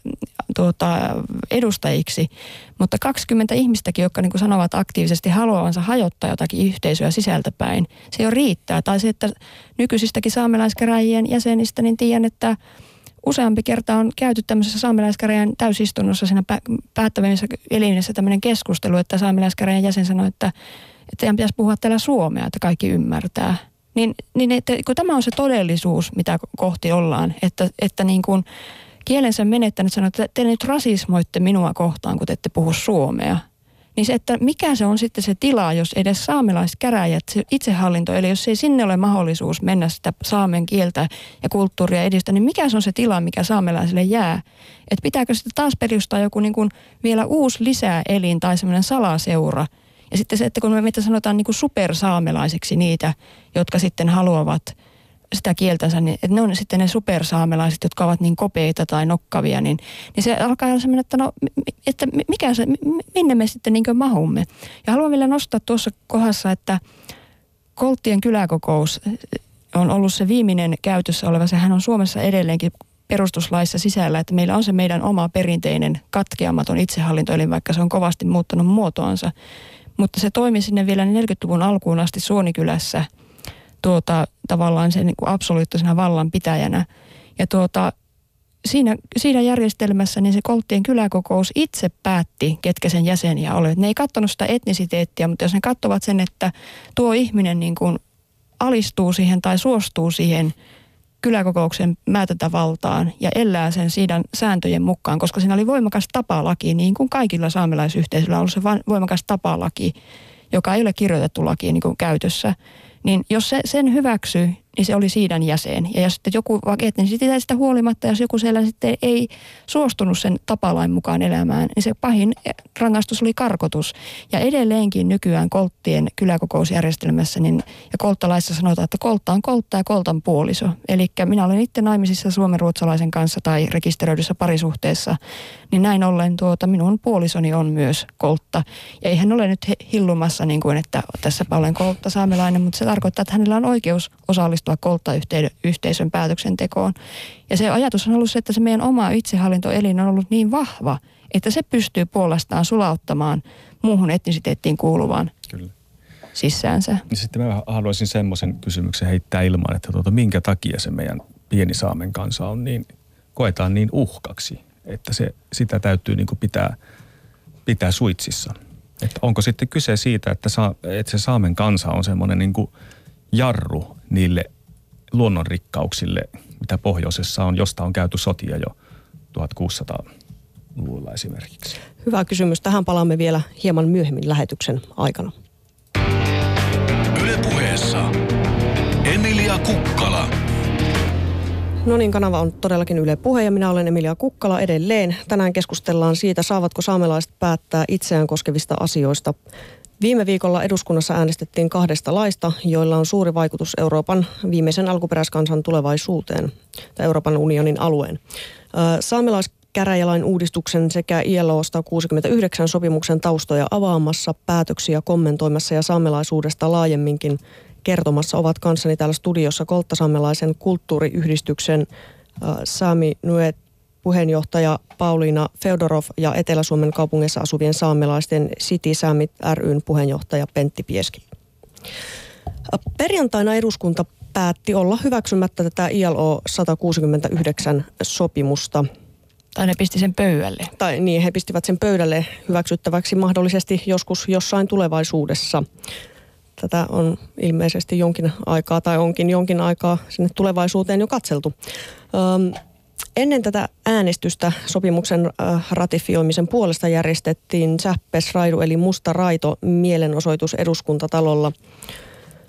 Speaker 3: edustajiksi, mutta 20 ihmistäkin, jotka niin kuin sanovat aktiivisesti haluavansa hajottaa jotakin yhteisöä sisältäpäin, se jo riittää. Tai se, että nykyisistäkin saamelaiskäräjien jäsenistä, niin tiedän, että useampi kerta on käyty tämmöisessä saamelaiskäräjien täysistunnossa siinä päättävämmissä elimessä tämmöinen keskustelu, että saamelaiskäräjien jäsen sanoi, että teidän pitäisi puhua täällä suomea, että kaikki ymmärtää. Niin että, kun tämä on se todellisuus, mitä kohti ollaan, että niin kuin kielensä menettänyt sanoo, että te nyt rasismoitte minua kohtaan, kun te ette puhu suomea. Niin se, että mikä se on sitten se tila, jos edes saamelaiskäräjät, se itsehallinto, eli jos ei sinne ole mahdollisuus mennä sitä saamen kieltä ja kulttuuria edistää, niin mikä se on se tila, mikä saamelaisille jää? Että pitääkö sitten taas perustaa joku niin kuin vielä uusi lisäelin tai semmoinen salaseura? Ja sitten se, että kun me sanotaan niin kuin supersaamelaisiksi niitä, jotka sitten haluavat sitä kieltänsä, niin että ne on sitten ne supersaamelaiset, jotka ovat niin kopeita tai nokkavia, niin se alkaa olla semmoinen, että no, että mikä se, minne me sitten niin kuin mahumme. Ja haluan vielä nostaa tuossa kohdassa, että Kolttien kyläkokous on ollut se viimeinen käytössä oleva, sehän on Suomessa edelleenkin perustuslaissa sisällä, että meillä on se meidän oma perinteinen katkeamaton itsehallintoelin, vaikka se on kovasti muuttanut muotoansa. Mutta se toimi sinne vielä 40-luvun alkuun asti Suonikylässä tavallaan sen niin kuin absoluuttisena vallanpitäjänä. Ja siinä järjestelmässä niin se Kolttien kyläkokous itse päätti, ketkä sen jäseniä olivat. Ne ei katsonut sitä etnisiteettiä, mutta jos ne katsovat sen, että tuo ihminen niin kuin alistuu siihen tai suostuu siihen kyläkokouksen määtäntävaltaan ja elää sen siitä sääntöjen mukaan, koska siinä oli voimakas tapalaki, niin kuin kaikilla saamelaisyhteisöillä on ollut se voimakas tapalaki, joka ei ole kirjoitettu lakiin niin kuin käytössä. Niin jos se sen hyväksyy, niin se oli siidan jäsen. Ja jos sitten joku etnisiteetistä huolimatta, jos joku siellä sitten ei suostunut sen tapalain mukaan elämään, niin se pahin rangaistus oli karkotus. Ja edelleenkin nykyään Kolttien kyläkokousjärjestelmässä ja kolttalaissa sanotaan, että koltta on koltta ja koltan puoliso. Eli minä olen itse naimisissa suomenruotsalaisen kanssa tai rekisteröidyssä parisuhteessa, niin näin ollen minun puolisoni on myös koltta. Ja eihän ole nyt hillumassa niin kuin, että tässäpä olen koltta saamelainen, mutta se tarkoittaa, että hänellä on oikeus osallistua kolttayhteisön päätöksentekoon. Ja se ajatus on ollut se, että se meidän oma itsehallintoelin on ollut niin vahva, että se pystyy puolestaan sulauttamaan muuhun etnisiteettiin kuuluvaan sisäänsä. Sitten
Speaker 4: mä haluaisin semmoisen kysymyksen heittää ilmaan, että minkä takia se meidän pieni saamen kansa on koetaan niin uhkaksi, että sitä täytyy niin kuin pitää suitsissa. Että onko sitten kyse siitä, että se saamen kansa on semmoinen niin kuin jarru niille luonnonrikkauksille, mitä pohjoisessa on, josta on käyty sotia jo 1600-luvulla esimerkiksi?
Speaker 2: Hyvä kysymys. Tähän palaamme vielä hieman myöhemmin lähetyksen aikana.
Speaker 1: Yle Puheessa Emilia Kukkala.
Speaker 2: No niin, kanava on todellakin Yle Puhe ja minä olen Emilia Kukkala edelleen. Tänään keskustellaan siitä, saavatko saamelaiset päättää itseään koskevista asioista. Viime viikolla eduskunnassa äänestettiin 2 laista, joilla on suuri vaikutus Euroopan viimeisen alkuperäiskansan tulevaisuuteen tai Euroopan unionin alueen. Saamelaiskäräjälain uudistuksen sekä ILO 169 sopimuksen taustoja avaamassa, päätöksiä kommentoimassa ja saamelaisuudesta laajemminkin kertomassa ovat kanssani täällä studiossa kolttasaamelaisen kulttuuriyhdistyksen Sami Nuet puheenjohtaja Pauliina Feodorov ja Etelä-Suomen kaupungissa asuvien saamelaisten City Saamit ry:n puheenjohtaja Pentti Pieski. Perjantaina eduskunta päätti olla hyväksymättä tätä ILO 169 sopimusta.
Speaker 3: Tai ne pisti sen pöydälle.
Speaker 2: Tai niin, he pistivät sen pöydälle hyväksyttäväksi mahdollisesti joskus jossain tulevaisuudessa. Tätä on ilmeisesti jonkin aikaa tai onkin jonkin aikaa sinne tulevaisuuteen jo katseltu. Ennen tätä äänestystä sopimuksen ratifioimisen puolesta järjestettiin Säppesraidu eli Musta Raito mielenosoitus Eduskuntatalolla.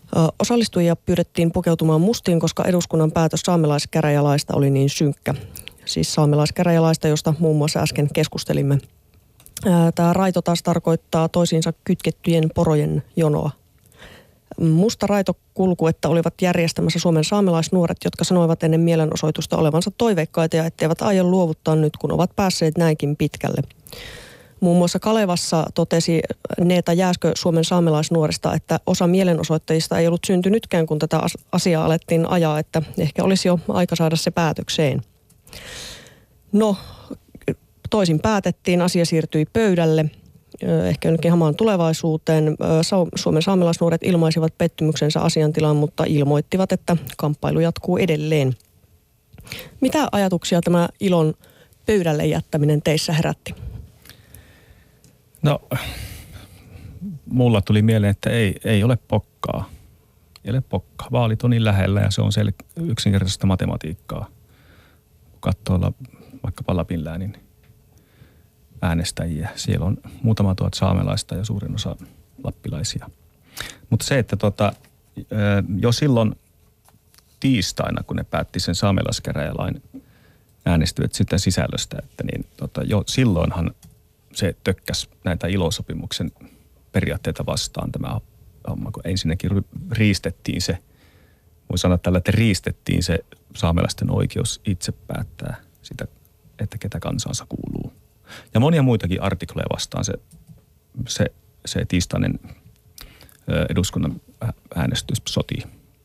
Speaker 2: Osallistujia pyydettiin pukeutumaan mustiin, koska eduskunnan päätös saamelaiskäräjälaista oli niin synkkä. Siis saamelaiskäräjälaista, josta muun muassa äsken keskustelimme. Tämä raito taas tarkoittaa toisiinsa kytkettyjen porojen jonoa. Musta raito kulkuetta olivat järjestämässä Suomen saamelaisnuoret, jotka sanoivat ennen mielenosoitusta olevansa toiveikkaita ja etteivät aio luovuttaa nyt, kun ovat päässeet näinkin pitkälle. Muun muassa Kalevassa totesi Neeta Jääskö Suomen saamelaisnuorista, että osa mielenosoittajista ei ollut syntynytkään, kun tätä asiaa alettiin ajaa, että ehkä olisi jo aika saada se päätökseen. No, toisin päätettiin, asia siirtyi pöydälle, ehkä jonnekin hamaan tulevaisuuteen. Suomen saamelaisnuoret ilmaisivat pettymyksensä asiantilaan, mutta ilmoittivat, että kamppailu jatkuu edelleen. Mitä ajatuksia tämä ilon pöydälle jättäminen teissä herätti?
Speaker 4: No, mulla tuli mieleen, että ei ole pokkaa. Ei ole pokkaa. Vaalit on niin lähellä ja se on yksinkertaista matematiikkaa. Kun katsoo vaikkapa Lapin läänin äänestäjiä. Siellä on muutama tuhat saamelaista ja suurin osa lappilaisia. Mutta se, että jo silloin tiistaina, kun ne päätti sen saamelaiskäräjälain, äänestivät sitä sisällöstä, että niin, jo silloinhan se tökkäsi näitä ilosopimuksen periaatteita vastaan tämä homma, kun ensinnäkin riistettiin se, voi sanoa tällä, että riistettiin se saamelaisten oikeus itse päättää sitä, että ketä kansansa kuuluu. Ja monia muitakin artikloja vastaan se tiistainen eduskunnan äänestys sotii.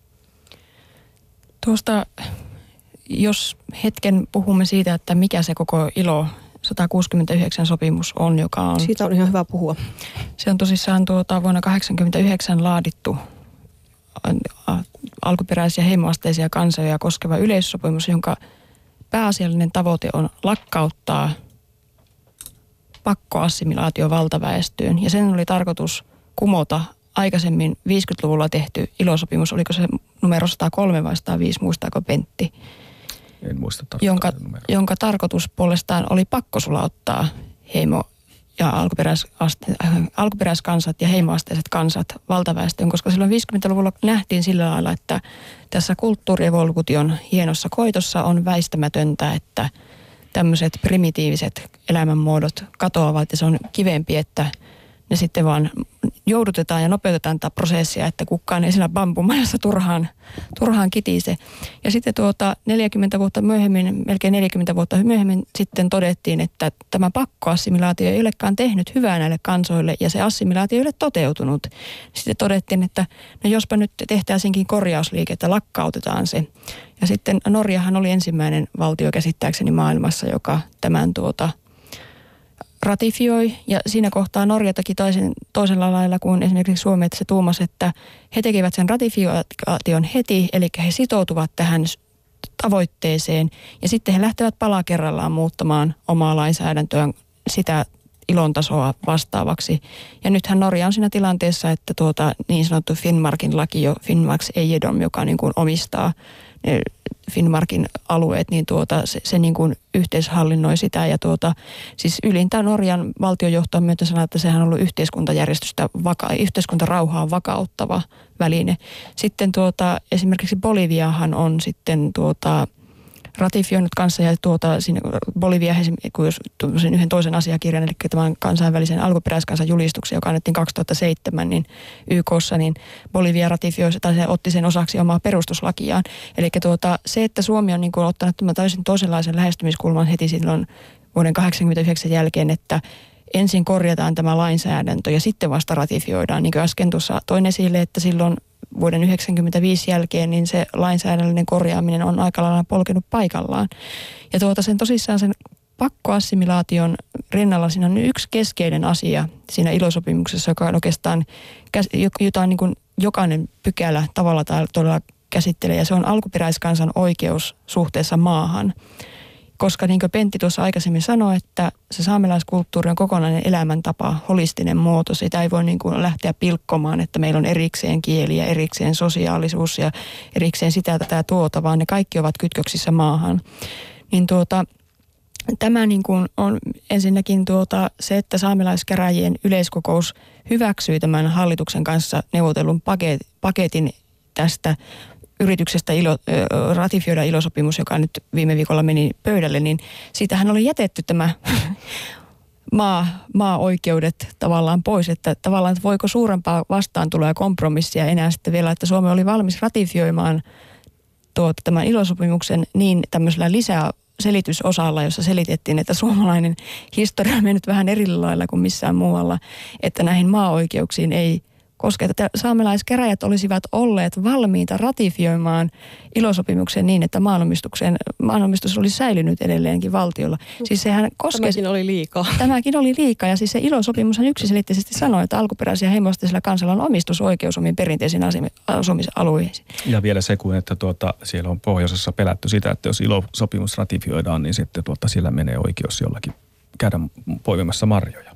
Speaker 3: Tuosta, jos hetken puhumme siitä, että mikä se koko ILO 169 sopimus on, joka on...
Speaker 2: Siitä on ihan hyvä puhua.
Speaker 3: Se on tosissaan vuonna 1989 laadittu alkuperäisiä heimoasteisia kansoja koskeva yleissopimus, jonka pääasiallinen tavoite on lakkauttaa pakkoassimilaatio valtaväestöön. Ja sen oli tarkoitus kumota aikaisemmin 50-luvulla tehty ILO-sopimus, oliko se numero 103 vai 105, muistaako Pentti?
Speaker 4: En muista tarkkaan
Speaker 3: jonka tarkoitus puolestaan oli pakkosulauttaa heimo- ja alkuperäiskansat ja heimoasteiset kansat valtaväestöön, koska silloin 50-luvulla nähtiin sillä lailla, että tässä kulttuurievoluution hienossa koitossa on väistämätöntä, että tämmöiset primitiiviset elämänmuodot katoavat ja se on kivempi, että ne sitten vaan joudutetaan ja nopeutetaan tätä prosessia, että kukaan ei siinä bambumajassa turhaan kitise. Ja sitten 40 vuotta myöhemmin, melkein 40 vuotta myöhemmin sitten todettiin, että tämä pakkoassimilaatio ei olekaan tehnyt hyvää näille kansoille ja se assimilaatio ei ole toteutunut. Sitten todettiin, että no jospa nyt tehtäisinkin korjausliike, että lakkautetaan se. Ja sitten Norjahan oli ensimmäinen valtio käsittääkseni maailmassa, joka tämän ratifioi, ja siinä kohtaa Norja teki toisella lailla kuin esimerkiksi Suomi, että se tuumasi, että he tekevät sen ratifikaation heti, eli he sitoutuvat tähän tavoitteeseen, ja sitten he lähtevät pala kerrallaan muuttamaan omaa lainsäädäntöään sitä ilon tasoa vastaavaksi. Ja nythän Norja on siinä tilanteessa, että niin sanottu Finnmarkin laki, Finnmarks ejedom, joka niin kuin omistaa Finnmarkin alueet, niin se niin kuin yhteishallinnoi sitä. Ja siis ylintä Norjan valtiojohtoon myötä sanoo, että sehän on ollut yhteiskuntarauhaa vakauttava väline. Sitten esimerkiksi Boliviahan on sitten ratifioinut kanssa ja siinä Bolivia sen yhden toisen asiakirjan, eli tämän kansainvälisen alkuperäiskansan julistuksen, joka annettiin 2007 niin YK:ssa, niin Bolivia ratifioi tai se otti sen osaksi omaa perustuslakiaan. Eli se, että Suomi on niin kuin ottanut tämän täysin toisenlaisen lähestymiskulman heti silloin vuoden 1989 jälkeen, että ensin korjataan tämä lainsäädäntö ja sitten vasta ratifioidaan. Niin kuin äsken tuossa toin esille, että silloin vuoden 1995 jälkeen niin se lainsäädännöllinen korjaaminen on aika lailla polkenut paikallaan. Ja sen tosissaan sen pakkoassimilaation rinnalla siinä on yksi keskeinen asia siinä ILO-sopimuksessa, joka on oikeastaan, jota niin kuin jokainen pykälä tavalla tai todella käsittelee, ja se on alkuperäiskansan oikeus suhteessa maahan. Koska niin kuin Pentti tuossa aikaisemmin sanoi, että se saamelaiskulttuuri on kokonainen elämäntapa, holistinen muoto. Sitä ei voi niin kuin lähteä pilkkomaan, että meillä on erikseen kieli ja erikseen sosiaalisuus ja erikseen sitä tätä tuota, vaan ne kaikki ovat kytköksissä maahan. Niin tämä niin kuin on ensinnäkin se, että saamelaiskäräjien yleiskokous hyväksyi tämän hallituksen kanssa neuvotellun paketin tästä yrityksestä ratifioida ILO-sopimus, joka nyt viime viikolla meni pöydälle, niin siitähän oli jätetty tämä maa-oikeudet tavallaan pois, että tavallaan että voiko suurempaa vastaantuloa ja kompromissia enää sitten vielä, että Suomi oli valmis ratifioimaan tämän ILO-sopimuksen niin tämmöisellä selitysosalla, jossa selitettiin, että suomalainen historia on mennyt vähän eri lailla kuin missään muualla, että näihin maa-oikeuksiin ei koske. Että saamelaiskäräjät olisivat olleet valmiita ratifioimaan ILO-sopimuksen niin, että maanomistus olisi säilynyt edelleenkin valtiolla. Siis sehän
Speaker 2: Tämäkin oli liikaa.
Speaker 3: Tämäkin oli liikaa ja siis se ILO-sopimushan yksiselitteisesti sanoi, että alkuperäisiä heimosteisilla kansalla on omistusoikeus omiin perinteisiin asumisalueisiin.
Speaker 4: Ja vielä se, kun että siellä on pohjoisessa pelätty sitä, että jos ILO-sopimus ratifioidaan, niin sitten siellä menee oikeus jollakin käydä poimimassa marjoja.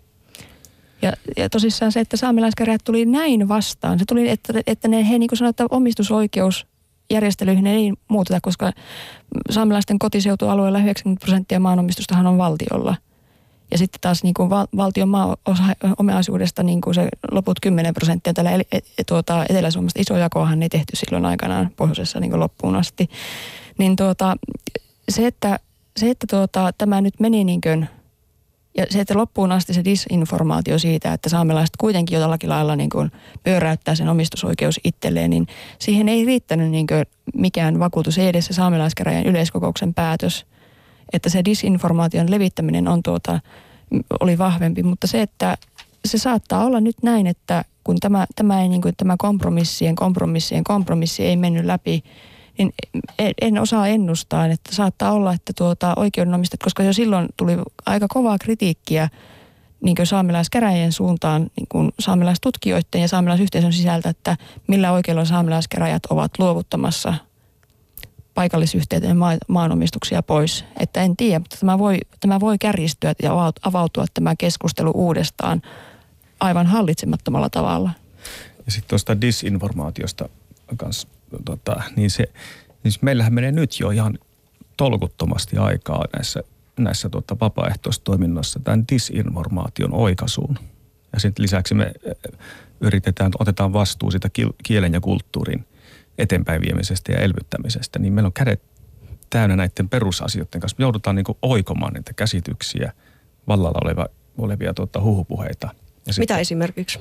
Speaker 3: Ja tosissaan se, että saamelaiskäräjät tuli näin vastaan. Se tuli, että he niin kuin sanoivat, että omistusoikeusjärjestelyihin ei muuteta, koska saamelaisten kotiseutualueella 90% maanomistustahan on valtiolla. Ja sitten taas niin kuin valtion maaomaisuudesta niin kuin se loput 10%. Täällä Etelä-Suomesta iso jakoahan ei tehty silloin aikanaan pohjoisessa niin kuin loppuun asti. Niin se, että tämä nyt meni niin kuin ja se, että loppuun asti se disinformaatio siitä, että saamelaiset kuitenkin jollakin lailla niin kuin pyöräyttää sen omistusoikeus itselleen, niin siihen ei riittänyt niin kuin mikään vakuutus, ei edes se saamelaiskäräjien yleiskokouksen päätös. Että se disinformaation levittäminen oli vahvempi, mutta se, että se saattaa olla nyt näin, että kun tämä ei niin kuin tämä kompromissi ei mennyt läpi, niin en osaa ennustaa, että saattaa olla, että oikeudenomistajat, koska jo silloin tuli aika kovaa kritiikkiä niin kuin saamelaiskäräjien suuntaan, niin kuin saamelaistutkijoiden ja saamelaisyhteisön sisältä, että millä oikeudella saamelaiskäräjät ovat luovuttamassa paikallisyhteisöjen maanomistuksia pois. Että en tiedä, mutta tämä voi kärjistyä ja avautua tämä keskustelu uudestaan aivan hallitsemattomalla tavalla.
Speaker 4: Ja sitten tuosta disinformaatiosta kanssa. Niin meillähän menee nyt jo ihan tolkuttomasti aikaa näissä vapaaehtoistoiminnassa tämän disinformaation oikaisuun. Ja sitten lisäksi me otetaan vastuu siitä kielen ja kulttuurin eteenpäin viemisestä ja elvyttämisestä. Niin meillä on kädet täynnä näiden perusasioiden kanssa. Me joudutaan niin kuin oikomaan niitä käsityksiä, vallalla olevia huhupuheita.
Speaker 2: Mitä esimerkiksi?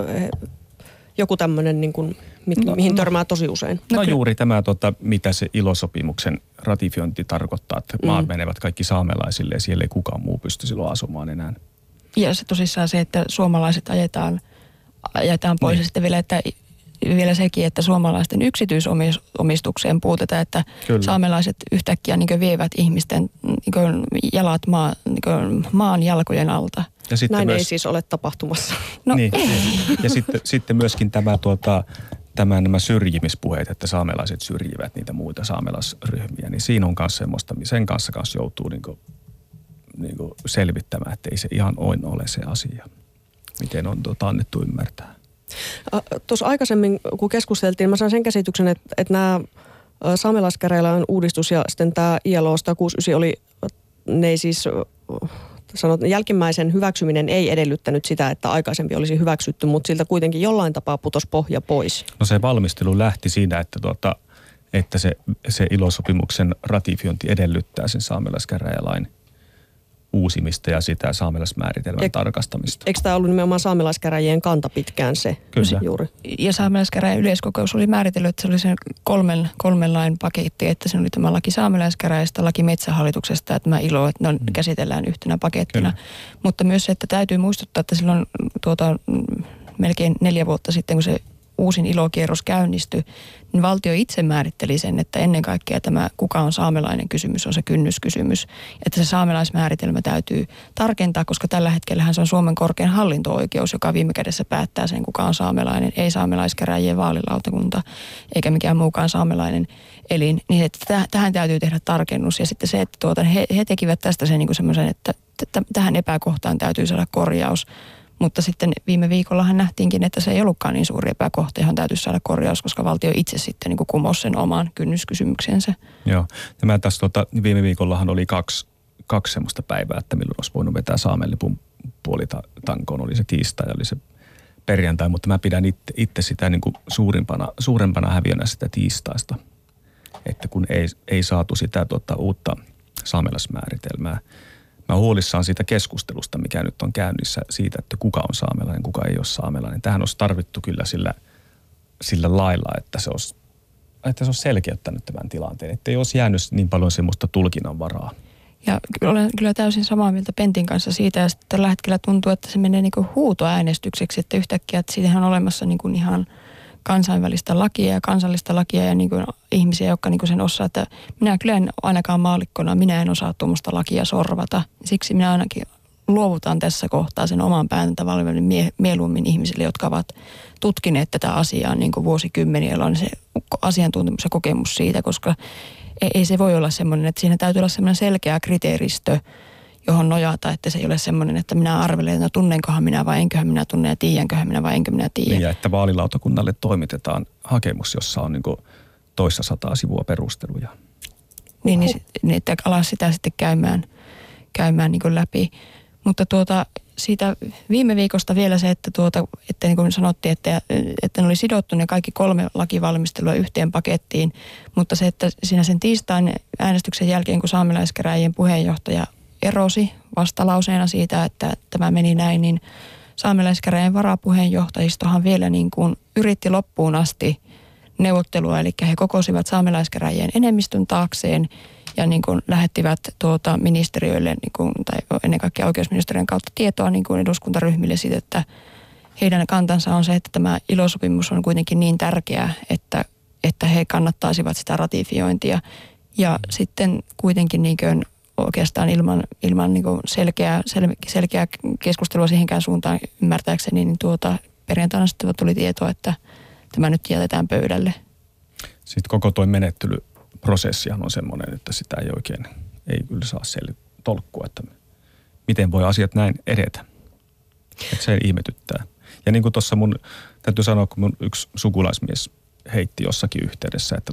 Speaker 2: Joku tämmöinen, niin kuin, mihin törmää tosi usein.
Speaker 4: No juuri tämä, mitä se ILO-sopimuksen ratifiointi tarkoittaa, että maat menevät kaikki saamelaisille ja siellä ei kukaan muu pysty silloin asumaan enää.
Speaker 3: Ja se tosissaan se, että suomalaiset ajetaan pois ja sitten vielä sekin, että suomalaisten yksityisomistukseen puutetaan, että kyllä. Saamelaiset yhtäkkiä niin vievät ihmisten niin jalat maan jalkojen alta.
Speaker 2: Ja näin ei siis ole tapahtumassa.
Speaker 3: No
Speaker 4: niin. Ja sitten myöskin nämä syrjimispuheet, että saamelaiset syrjivät niitä muita saamelaisryhmiä, niin siinä on myös semmoista, sen kanssa joutuu niinku selvittämään, että ei se ihan ole se asia, miten on annettu ymmärtää.
Speaker 2: Tuossa aikaisemmin, kun keskusteltiin, mä sain sen käsityksen, että nämä saamelaiskäräjälain uudistus ja sitten tämä ILO 169 ne ei siis jälkimmäisen hyväksyminen ei edellyttänyt sitä, että aikaisempi olisi hyväksytty, mutta siltä kuitenkin jollain tapaa putosi pohja pois.
Speaker 4: No se valmistelu lähti siinä, että se ILO-sopimuksen ratifiointi edellyttää sen saamelaiskäräjälain uusimista ja sitä saamelaismääritelmän tarkastamista.
Speaker 2: Eikö tämä ollut nimenomaan saamelaiskäräjien kanta pitkään se?
Speaker 4: Kyllä.
Speaker 2: Juuri.
Speaker 3: Ja saamelaiskäräjien yleiskokous oli määritellyt, että se oli sen kolmen lain paketti, että se oli tämä laki saamelaiskäräjistä, laki metsähallituksesta ja tämä ILO, että ne käsitellään yhtenä pakettina. Kyllä. Mutta myös se, että täytyy muistuttaa, että silloin melkein 4 vuotta sitten, kun se uusin ILO-kierros käynnistyi, niin valtio itse määritteli sen, että ennen kaikkea tämä kuka on saamelainen kysymys on se kynnyskysymys. Että se saamelaismääritelmä täytyy tarkentaa, koska tällä hetkellähän se on Suomen korkein hallinto-oikeus, joka viime kädessä päättää sen, kuka on saamelainen, ei saamelaiskäräjien vaalilautakunta eikä mikään muukaan saamelainen elin. Niin että tähän täytyy tehdä tarkennus ja sitten se, että he tekivät tästä sen niin semmoisen, että tähän epäkohtaan täytyy saada korjaus. Mutta sitten viime viikollahan nähtiinkin, että se ei ollutkaan niin suuri epäkohta, johon täytyisi saada korjaus, koska valtio itse sitten niin kumosi sen oman kynnyskysymyksensä.
Speaker 4: Joo. Tämä tässä viime viikollahan oli 2 semmoista päivää, että milloin olisi voinut vetää Saamen lipun puolitankoon. Oli se tiistai ja oli se perjantai, mutta mä pidän itse sitä niin kuin suurempana häviönä sitä tiistaista, että kun ei saatu sitä uutta saamelaismääritelmää. Mä huolissaan siitä keskustelusta, mikä nyt on käynnissä siitä, että kuka on saamelainen, kuka ei ole saamelainen. Tähän olisi tarvittu kyllä sillä lailla, että se olisi selkeyttänyt tämän tilanteen, että ei olisi jäänyt niin paljon semmoista tulkinnanvaraa.
Speaker 3: Ja olen kyllä täysin samaa mieltä Pentin kanssa siitä, ja sitten tällä hetkellä tuntuu, että se menee niin kuin huutoäänestykseksi, että yhtäkkiä, että siitähän on olemassa niin kuin ihan kansainvälistä lakia ja kansallista lakia ja niin kuin ihmisiä, jotka niin kuin sen osaa, että minä kyllä en ainakaan maallikkona, minä en osaa tuommoista lakia sorvata. Siksi minä ainakin luovutan tässä kohtaa sen oman päätäntävalmiuden mieluummin ihmisille, jotka ovat tutkineet tätä asiaa niin kuin vuosikymmeniä, joilla on se asiantuntemus ja kokemus siitä, koska ei se voi olla semmoinen, että siinä täytyy olla semmoinen selkeä kriteeristö, johon nojata, että se ei ole semmoinen, että minä arvelen, että tunnenkohan minä vai enköhän minä tunne ja tiedänköhän minä vai enkö minä tiedä.
Speaker 4: Niin, ja että vaalilautakunnalle toimitetaan hakemus, jossa on niin kuin 200 sivua perusteluja.
Speaker 3: Niin, että alas sitä sitten käymään niin kuin läpi. Mutta siitä viime viikosta vielä se, että niin kuin sanottiin, että ne oli sidottu ne kaikki 3 lakivalmistelua yhteen pakettiin, mutta se, että siinä sen tiistain äänestyksen jälkeen, kun saamelaiskäräjien puheenjohtaja erosi vastalauseena siitä, että tämä meni näin, niin saamelaiskäräjien varapuheenjohtajistohan vielä niin kuin yritti loppuun asti neuvottelua, eli he kokosivat saamelaiskäräjien enemmistön taakseen ja niin kuin lähettivät ministeriöille niin kuin, tai ennen kaikkea oikeusministeriön kautta tietoa niin kuin eduskuntaryhmille siitä, että heidän kantansa on se, että tämä ILO-sopimus on kuitenkin niin tärkeä, että he kannattaisivat sitä ratifiointia. Ja sitten kuitenkin niin kuin oikeastaan ilman niin kuin selkeää keskustelua siihenkään suuntaan ymmärtääkseni, niin perjantaina sitten tuli tietoa, että tämä nyt jätetään pöydälle. Sitten
Speaker 4: koko tuo menettelyprosessihan on semmoinen, että sitä ei kyllä saa tolkkua, että miten voi asiat näin edetä. Että se ihmetyttää. Ja niin kuin tuossa mun, täytyy sanoa, kun mun yksi sukulaismies heitti jossakin yhteydessä, että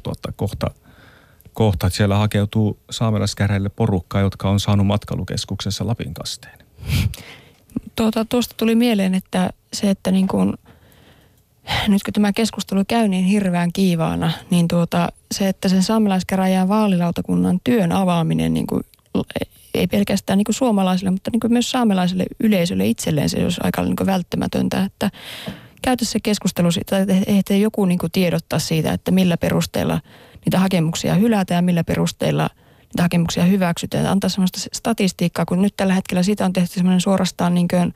Speaker 4: kohta siellä hakeutuu saamelaiskäräjille porukkaa, jotka on saanut matkailukeskuksessa Lapin kasteen.
Speaker 3: Tuosta tuli mieleen, että se, että niin kuin, nyt kun tämä keskustelu käy niin hirveän kiivaana, niin se, että sen saamelaiskäräjien vaalilautakunnan työn avaaminen niin kuin, ei pelkästään niin kuin suomalaisille, mutta niin kuin myös saamelaiselle yleisölle itselleen se olisi aika niin kuin välttämätöntä, että käytäisiin se keskustelu siitä, että joku niin kuin tiedottaa siitä, että millä perusteella niitä hakemuksia hylätään ja millä perusteilla niitä hakemuksia hyväksytään. Antaa sellaista statistiikkaa, kun nyt tällä hetkellä siitä on tehty semmoinen suorastaan niin kuin,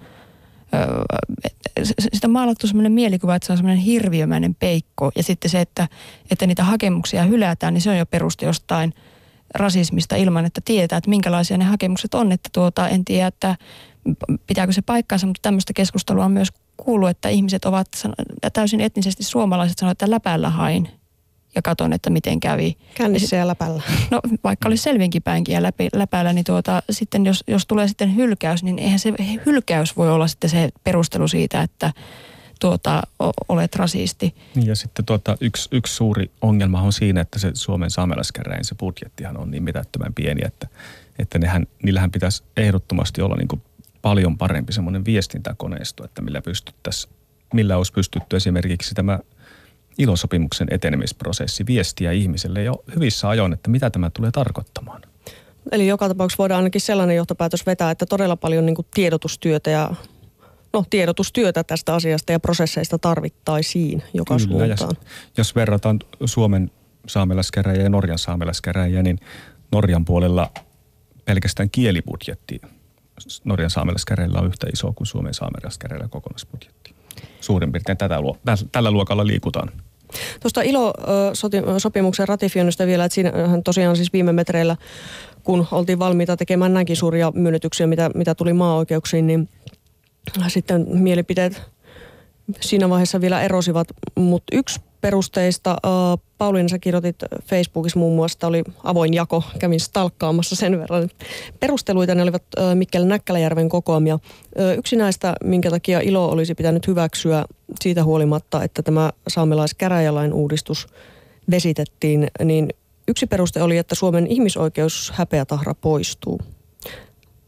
Speaker 3: sitä on maalattu semmoinen mielikuva, että se on semmoinen hirviömäinen peikko. Ja sitten se, että niitä hakemuksia hylätään, niin se on jo peruste jostain rasismista ilman, että tietää, että minkälaisia ne hakemukset on. Että en tiedä, että pitääkö se paikkaansa, mutta tämmöistä keskustelua on myös kuullut, että ihmiset ovat täysin etnisesti suomalaiset sanoivat, että läpällä hain ja katon, että miten kävi.
Speaker 2: Kännissä ja läpällä.
Speaker 3: No vaikka olisi selvinkin päinkin ja läpällä, niin sitten jos tulee sitten hylkäys, niin eihän se hylkäys voi olla sitten se perustelu siitä, että olet rasisti.
Speaker 4: Ja sitten yksi suuri ongelma on siinä, että se Suomen saamelaiskäräjien se budjettihan on niin mitättömän pieni, että niillähän pitäisi ehdottomasti olla niin kuin paljon parempi semmoinen viestintäkoneisto, että millä olisi pystytty esimerkiksi tämä ILO-sopimuksen etenemisprosessi viestiä ihmiselle jo hyvissä ajoin, että mitä tämä tulee tarkoittamaan.
Speaker 2: Eli joka tapauksessa voidaan ainakin sellainen johtopäätös vetää, että todella paljon niin kuin tiedotustyötä tästä asiasta ja prosesseista tarvittaisiin joka suuntaan.
Speaker 4: Jos verrataan Suomen saamelaiskäräjiä ja Norjan saamelaiskäräjiä, niin Norjan puolella pelkästään kielibudjetti Norjan saamelaiskäräjillä on yhtä iso kuin Suomen saamelaiskäräjillä kokonaisbudjetti. Suurin piirtein tällä luokalla liikutaan.
Speaker 2: Tuosta ILO-sopimuksen ratifioinnista vielä, että siinähän tosiaan siis viime metreillä, kun oltiin valmiita tekemään näinkin suuria myönnytyksiä, mitä tuli maaoikeuksiin, niin sitten mielipiteet siinä vaiheessa vielä erosivat. Mutta yksi perusteista, Pauliina, sä kirjoitit Facebookissa muun muassa, oli avoin jako, kävin stalkkaamassa sen verran. Perusteluita ne olivat Mikkel Näkkäläjärven kokoamia. Yksi näistä, minkä takia ILO olisi pitänyt hyväksyä siitä huolimatta, että tämä saamelaiskäräjälain uudistus vesitettiin, niin yksi peruste oli, että Suomen ihmisoikeushäpeätahra poistuu.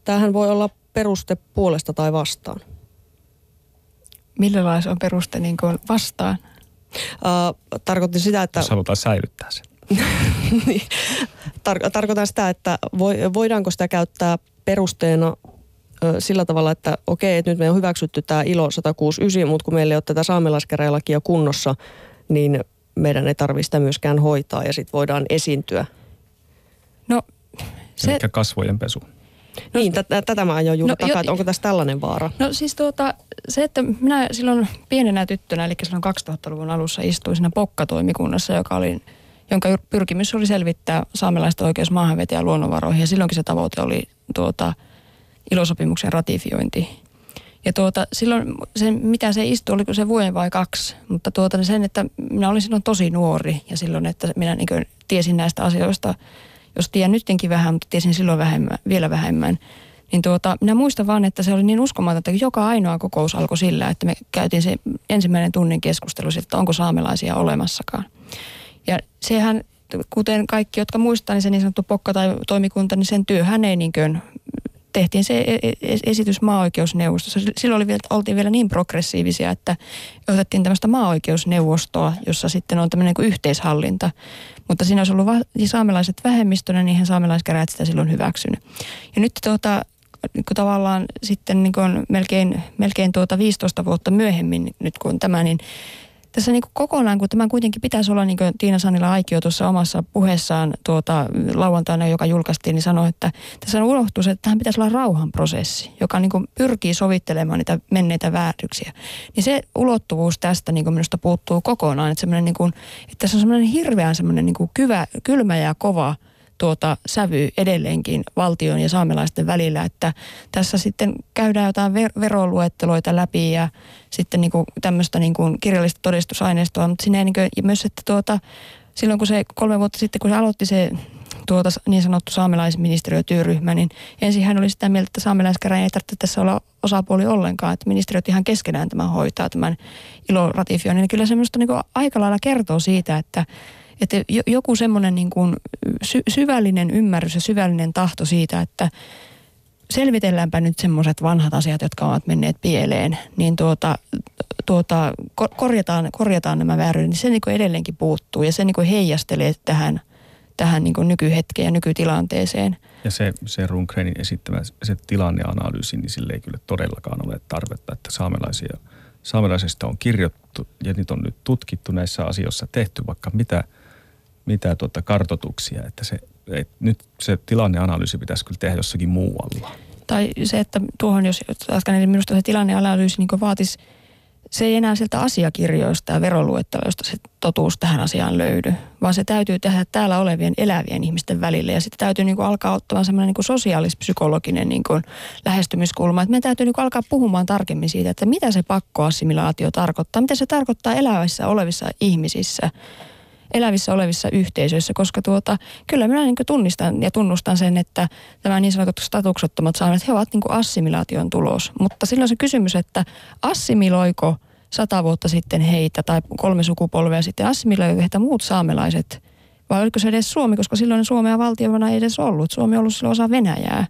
Speaker 2: Tämähän voi olla peruste puolesta tai vastaan.
Speaker 3: Millä lailla se on peruste niin kuin vastaan?
Speaker 2: Tarkoitin sitä, että...
Speaker 4: Jos halutaan säilyttää sen.
Speaker 2: Tarkoitan sitä, että voidaanko sitä käyttää perusteena sillä tavalla, että okei, että nyt me on hyväksytty tämä ILO 169, mutta kun meillä ei ole tätä saamelaiskäräjälakia kunnossa, niin meidän ei tarvitse sitä myöskään hoitaa ja sitten voidaan esiintyä.
Speaker 3: No se...
Speaker 4: Eli kasvojen pesu.
Speaker 2: Niin, tätä mä aion juuri takaa, että onko tässä tällainen vaara?
Speaker 3: No siis se, että minä silloin pienenä tyttönä, eli silloin 2000-luvun alussa istuin siinä POKKA-toimikunnassa, jonka pyrkimys oli selvittää saamelaisten oikeus maahanveteen ja luonnonvaroihin. Ja silloinkin se tavoite oli ILO-sopimuksen ratifiointi. Ja silloin se, mitä se istui, oliko se vuoden vai 2, mutta sen, että minä olin silloin tosi nuori ja silloin, että minä niin kuin tiesin näistä asioista, jos tiedän nytkin vähän, mutta tiesin silloin vielä vähemmän, niin minä muistan vaan, että se oli niin uskomatonta, että joka ainoa kokous alkoi sillä, että me käytiin se ensimmäinen tunnin keskustelu, että onko saamelaisia olemassakaan. Ja sehän, kuten kaikki, jotka muistaa, niin se niin sanottu POKKA tai toimikunta, niin sen työhän ei niin kuin, tehtiin se esitys maaoikeusneuvostossa. Silloin oltiin vielä niin progressiivisia, että otettiin tämmöistä maaoikeusneuvostoa, jossa sitten on tämmöinen niin kuin yhteishallinta. Mutta siinä olisi ollut saamelaiset vähemmistönä, niin eihän saamelaiskäräjät sitä silloin hyväksynyt. Ja nyt kun tavallaan sitten niin kuin melkein 15 vuotta myöhemmin, nyt kun tämä, niin tässä niin kuin kokonaan, kun tämä kuitenkin pitäisi olla, niin kuin Tiina Sanila-Aikio tuossa omassa puheessaan lauantaina, joka julkaistiin, niin sanoi, että tässä on unohtunut, että tähän pitäisi olla rauhanprosessi, joka niin kuin pyrkii sovittelemaan niitä menneitä vääryksiä. Niin se ulottuvuus tästä niin kuin minusta puuttuu kokonaan, että, niin kuin, että tässä on semmoinen hirveän semmoinen niin kuin kylmä ja kova sävy edelleenkin valtion ja saamelaisten välillä, että tässä sitten käydään jotain veroluetteloita läpi ja sitten niin kuin tämmöistä niin kuin kirjallista todistusaineistoa, mutta siinä ei niin kuin, myös, että silloin kun se 3 vuotta sitten, kun se aloitti se niin sanottu saamelaisministeriötyöryhmä, niin ensin hän oli sitä mieltä, että saamelaiskäräjien ei tarvitse tässä olla osapuoli ollenkaan, että ministeriöt ihan keskenään tämän hoitaa, tämän ILO-ratifioinnin. Niin kyllä se minusta niin kuin aika lailla kertoo siitä, että joku semmoinen niin kuin syvällinen ymmärrys ja syvällinen tahto siitä, että selvitelläänpä nyt semmoiset vanhat asiat, jotka ovat menneet pieleen, niin korjataan nämä vääryydet, niin se niin kuin edelleenkin puuttuu ja se niin kuin heijastelee tähän niin kuin nykyhetkeen ja nykytilanteeseen. Ja
Speaker 4: se Rundgrenin esittämä se tilanneanalyysi, niin sille ei kyllä todellakaan ole tarvetta, että saamelaisista on kirjoittu ja niitä on nyt tutkittu näissä asioissa, tehty vaikka mitä kartoituksia, että nyt se tilanneanalyysi pitäisi kyllä tehdä jossakin muualla.
Speaker 3: Tai se, että tuohon, jos niin minusta se tilanneanalyysi niin vaatisi, se ei enää sieltä asiakirjoista ja veroluetteloista se totuus tähän asiaan löydy, vaan se täytyy tehdä täällä olevien elävien ihmisten välille. Ja sitten täytyy niin kuin alkaa ottamaan semmoinen niin kuin sosiaalis-psykologinen niin kuin lähestymiskulma. Että meidän täytyy niin kuin alkaa puhumaan tarkemmin siitä, että mitä se pakkoassimilaatio tarkoittaa, mitä se tarkoittaa elävissä olevissa ihmisissä, elävissä olevissa yhteisöissä, koska kyllä minä niin kuin tunnistan ja tunnustan sen, että tämä niin sanotut statuksettomat saamelaiset, he ovat niin kuin assimilaation tulos. Mutta silloin se kysymys, että assimiloiko 100 vuotta sitten heitä tai 3 sukupolvea sitten, assimiloiko heitä muut saamelaiset, vai oliko se edes Suomi, koska silloin Suomea valtiona ei edes ollut. Suomi on ollut silloin osa Venäjää.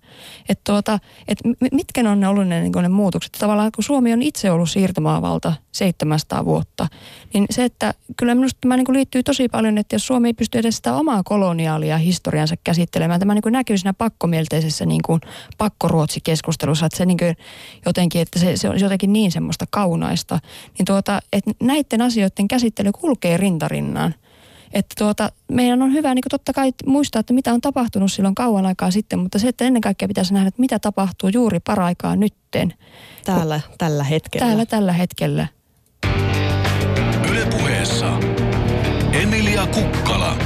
Speaker 3: Mitkä on ne ollut ne muutokset? Tavallaan kun Suomi on itse ollut siirtomaavalta 700 vuotta, niin se, että kyllä minusta tämä niin kuin liittyy tosi paljon, että jos Suomi ei pysty edes sitä omaa koloniaalia historiansa käsittelemään, tämä niin kuin näkyy siinä pakkomielteisessä niin kuin pakkoruotsikeskustelussa, että se niin kuin jotenkin, että se on jotenkin niin semmoista kaunaista, niin että näiden asioiden käsittely kulkee rintarinnan. Että meidän on hyvä niin totta kai muistaa, että mitä on tapahtunut silloin kauan aikaa sitten, mutta se, että ennen kaikkea pitäisi nähdä, että mitä tapahtuu juuri paraikaa nytten.
Speaker 2: Tällä hetkellä.
Speaker 3: Tällä hetkellä.
Speaker 1: Yle Puheessa Emilia Kukkala.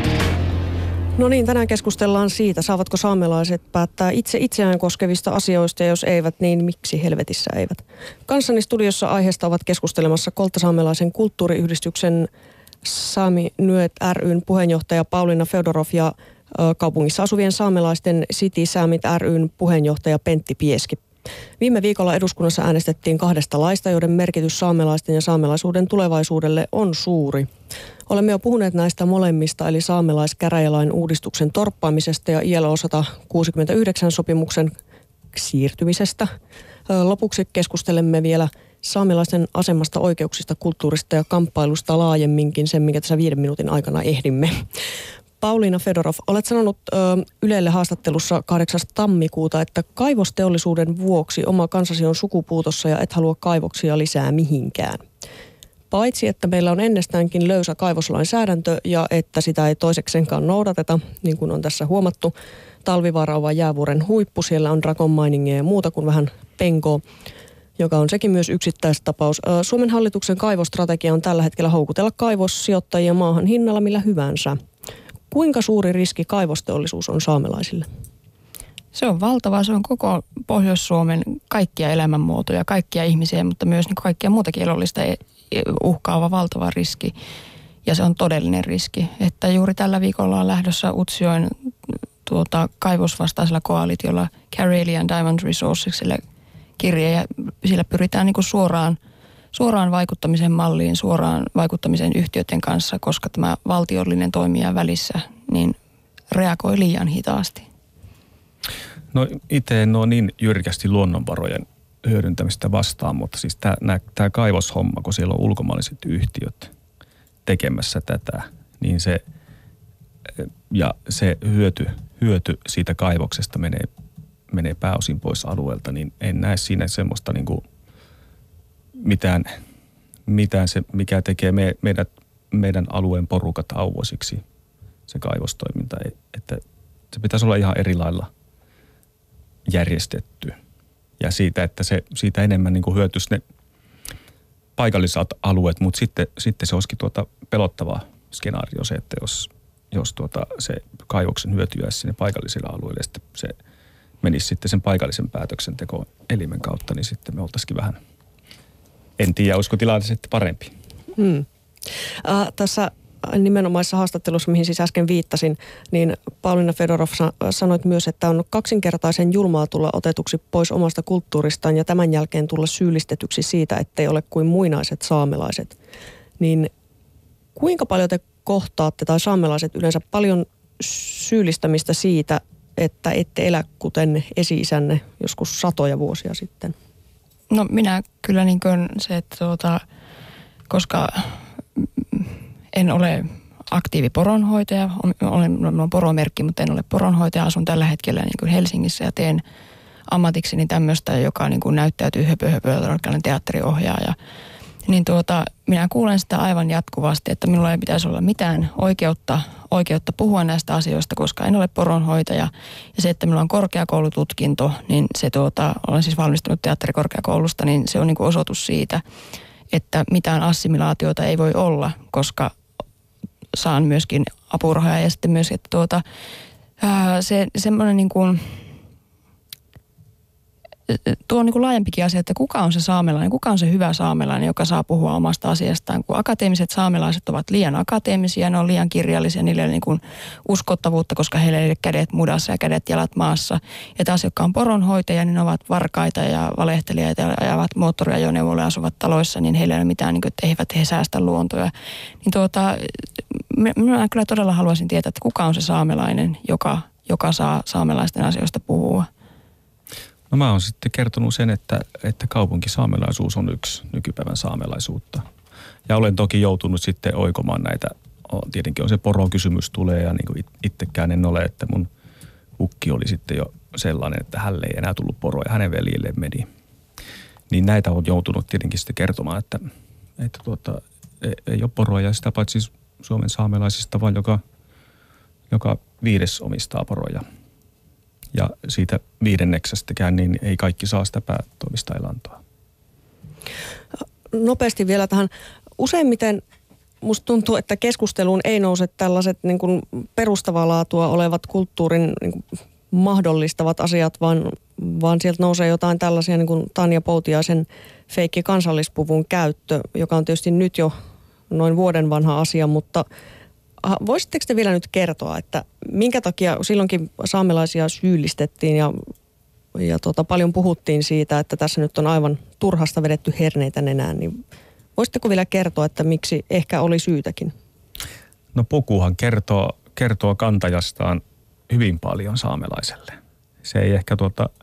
Speaker 2: No niin, tänään keskustellaan siitä, saavatko saamelaiset päättää itse itseään koskevista asioista, ja jos eivät, niin miksi helvetissä eivät. Kanssani studiossa aiheesta ovat keskustelemassa Kolttasaamelaisen kulttuuriyhdistyksen Sami Nyöt ry:n puheenjohtaja Pauliina Fedorov ja kaupungissa asuvien saamelaisten City Saamit ry:n puheenjohtaja Pentti Pieski. Viime viikolla eduskunnassa äänestettiin 2 laista, joiden merkitys saamelaisten ja saamelaisuuden tulevaisuudelle on suuri. Olemme jo puhuneet näistä molemmista, eli saamelaiskäräjälain uudistuksen torppaamisesta ja ILO 169 sopimuksen siirtymisestä. Lopuksi keskustelemme vielä saamelaisten asemasta, oikeuksista, kulttuurista ja kamppailusta laajemminkin, sen minkä tässä 5 minuutin aikana ehdimme. Pauliina Fedorov, olet sanonut Ylelle haastattelussa 8. tammikuuta, että kaivosteollisuuden vuoksi oma kansasi on sukupuutossa ja et halua kaivoksia lisää mihinkään. Paitsi, että meillä on ennestäänkin löysä kaivoslainsäädäntö ja että sitä ei toiseksenkaan noudateta, niin kuin on tässä huomattu. Talvivaara on vain jäävuoren huippu, siellä on dragon miningia ja muuta kuin vähän penkoa, joka on sekin myös yksittäistapaus. Suomen hallituksen kaivostrategia on tällä hetkellä houkutella kaivossijoittajia maahan hinnalla millä hyvänsä. Kuinka suuri riski kaivosteollisuus on saamelaisille?
Speaker 3: Se on valtava. Se on koko Pohjois-Suomen kaikkia elämänmuotoja, kaikkia ihmisiä, mutta myös niin kaikkia muutakin elollista uhkaava valtava riski. Ja se on todellinen riski. Että juuri tällä viikolla on lähdössä Utsjoen kaivosvastaisella koalitiolla Karelian Diamond Resourcesille kirje. Ja sillä pyritään niin kuin suoraan vaikuttamisen malliin, suoraan vaikuttamisen yhtiöiden kanssa, koska tämä valtiollinen toimija välissä niin reagoi liian hitaasti.
Speaker 4: No itse en ole niin jyrkästi luonnonvarojen hyödyntämistä vastaan, mutta siis tämä kaivoshomma, kun siellä on ulkomaalaiset yhtiöt tekemässä tätä, niin se hyöty siitä kaivoksesta menee pääosin pois alueelta, niin en näe siinä semmoista niin kuin mitään se, mikä tekee meidän alueen porukat auvoisiksi, se kaivostoiminta. Että se pitäisi olla ihan eri lailla järjestetty. Ja siitä enemmän niin kuin hyötyisi ne paikalliset alueet, mutta sitten se olisikin pelottava skenaario se, että jos se kaivoksen hyöty jäisi sinne paikallisille alueille ja sitten se menisi sitten sen paikallisen päätöksentekoelimen kautta, niin sitten me oltaisikin vähän, en tiedä, olisiko tilanne sitten parempi.
Speaker 2: Tässä nimenomaisessa haastattelussa, mihin siis äsken viittasin, niin Pauliina Fedorov sanoit myös, että on kaksinkertaisen julmaa tulla otetuksi pois omasta kulttuuristaan ja tämän jälkeen tulla syyllistetyksi siitä, ettei ole kuin muinaiset saamelaiset. Niin kuinka paljon te kohtaatte tai saamelaiset yleensä paljon syyllistämistä siitä, että ette elä kuten esi-isänne joskus satoja vuosia sitten?
Speaker 3: No minä kyllä niin kuin se, että koska en ole aktiivi poronhoitaja, minulla on poromerkki, mutta en ole poronhoitaja, asun tällä hetkellä niin kuin Helsingissä ja teen ammatikseni tämmöistä, joka niin kuin näyttäytyy höpöhöpöltä, teatteriohjaaja. Niin minä kuulen sitä aivan jatkuvasti, että minulla ei pitäisi olla mitään oikeutta puhua näistä asioista, koska en ole poronhoitaja. Ja se, että minulla on korkeakoulututkinto, niin se olen siis valmistunut teatterikorkeakoulusta, niin se on niin kuin osoitus siitä, että mitään assimilaatiota ei voi olla, koska saan myöskin apurahoja ja sitten myös, että se semmoinen niin kuin tuo on niin kuin laajempikin asia, että kuka on se saamelainen, kuka on se hyvä saamelainen, joka saa puhua omasta asiastaan. Kun akateemiset saamelaiset ovat liian akateemisia, ne on liian kirjallisia, niillä ei ole niin kuin uskottavuutta, koska heillä ei ole kädet mudassa ja kädet jalat maassa. Ja taas, jotka on poronhoitajia, niin ne ovat varkaita ja valehtelijoita ja ajavat moottoriajoneuvoilla asuvat taloissa, niin heillä ei ole mitään, niin kuin, että eivät he säästä luontoja. Niin minä kyllä todella haluaisin tietää, että kuka on se saamelainen, joka saa saamelaisten asioista puhua.
Speaker 4: No mä oon sitten kertonut sen, että kaupunkisaamelaisuus on yksi nykypäivän saamelaisuutta. Ja olen toki joutunut sitten oikomaan näitä, tietenkin on se porokysymys tulee ja niin kuin itsekään en ole, että mun ukki oli sitten jo sellainen, että hänelle ei enää tullut poroa ja hänen veljille meni. Niin näitä on joutunut tietenkin sitten kertomaan, että ei ole poroa ja sitä paitsi Suomen saamelaisista vaan joka 5. omistaa poroja. Ja siitä 5. niin ei kaikki saa sitä päätoimista elantoa.
Speaker 2: Nopeasti vielä tähän. Useimmiten musta tuntuu, että keskusteluun ei nouse tällaiset niin kuin perustavaa laatua olevat kulttuurin niin kuin mahdollistavat asiat, vaan sieltä nousee jotain tällaisia niin kuin Tanja Poutiaisen feikki kansallispuvun käyttö, joka on tietysti nyt jo noin vuoden vanha asia, mutta voisitteko te vielä nyt kertoa, että minkä takia silloinkin saamelaisia syyllistettiin ja paljon puhuttiin siitä, että tässä nyt on aivan turhasta vedetty herneitä nenään, niin voisitteko vielä kertoa, että miksi ehkä oli syytäkin?
Speaker 4: No pukuhan kertoo kantajastaan hyvin paljon saamelaiselle. Se ei ehkä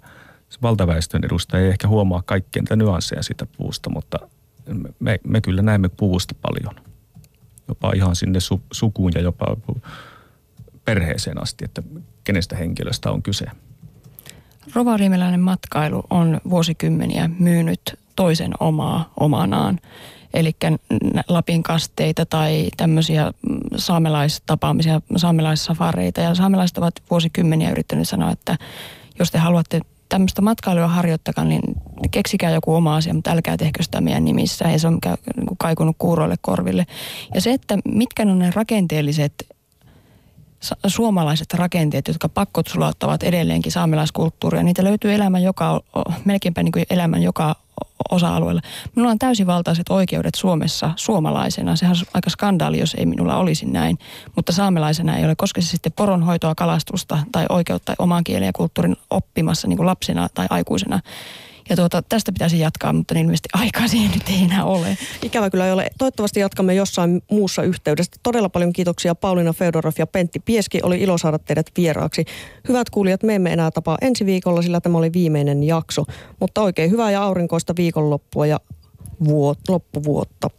Speaker 4: se valtaväestön edustaja ei ehkä huomaa kaikkea niitä nyansseja siitä puusta, mutta me kyllä näemme puusta paljon. Jopa ihan sinne sukuun ja jopa perheeseen asti, että kenestä henkilöstä on kyse.
Speaker 3: Rovaniemeläinen matkailu on vuosikymmeniä myynyt toisen omanaan. Eli Lapin kasteita tai tämmöisiä saamelaistapaamisia, saamelaissafareita. Ja saamelaiset ovat vuosikymmeniä yrittäneet sanoa, että jos te haluatte tämmöistä matkailua harjoittakaa, niin keksikää joku oma asia, mutta älkää tehkö sitä meidän nimissä. Ei se ole kaikunut kuuroille korville. Ja se, että mitkä on ne rakenteelliset suomalaiset rakenteet, jotka pakkosulauttavat edelleenkin saamelaiskulttuuria, niitä löytyy melkeinpä niin kuin elämän joka osa-alueella. Minulla on täysivaltaiset oikeudet Suomessa suomalaisena. Sehän on aika skandaali, jos ei minulla olisi näin. Mutta saamelaisena ei ole, koska se sitten poronhoitoa, kalastusta tai oikeutta omaan kielen ja kulttuurin oppimassa niin kuin lapsena tai aikuisena. Ja tästä pitäisi jatkaa, mutta ilmeisesti aikaa siihen nyt ei enää ole.
Speaker 2: Ikävä kyllä ei ole. Toivottavasti jatkamme jossain muussa yhteydessä. Todella paljon kiitoksia Pauliina Feodorov ja Pentti Pieski. Oli ilo saada teidät vieraaksi. Hyvät kuulijat, me emme enää tapaa ensi viikolla, sillä tämä oli viimeinen jakso. Mutta oikein hyvää ja aurinkoista viikonloppua ja loppuvuotta.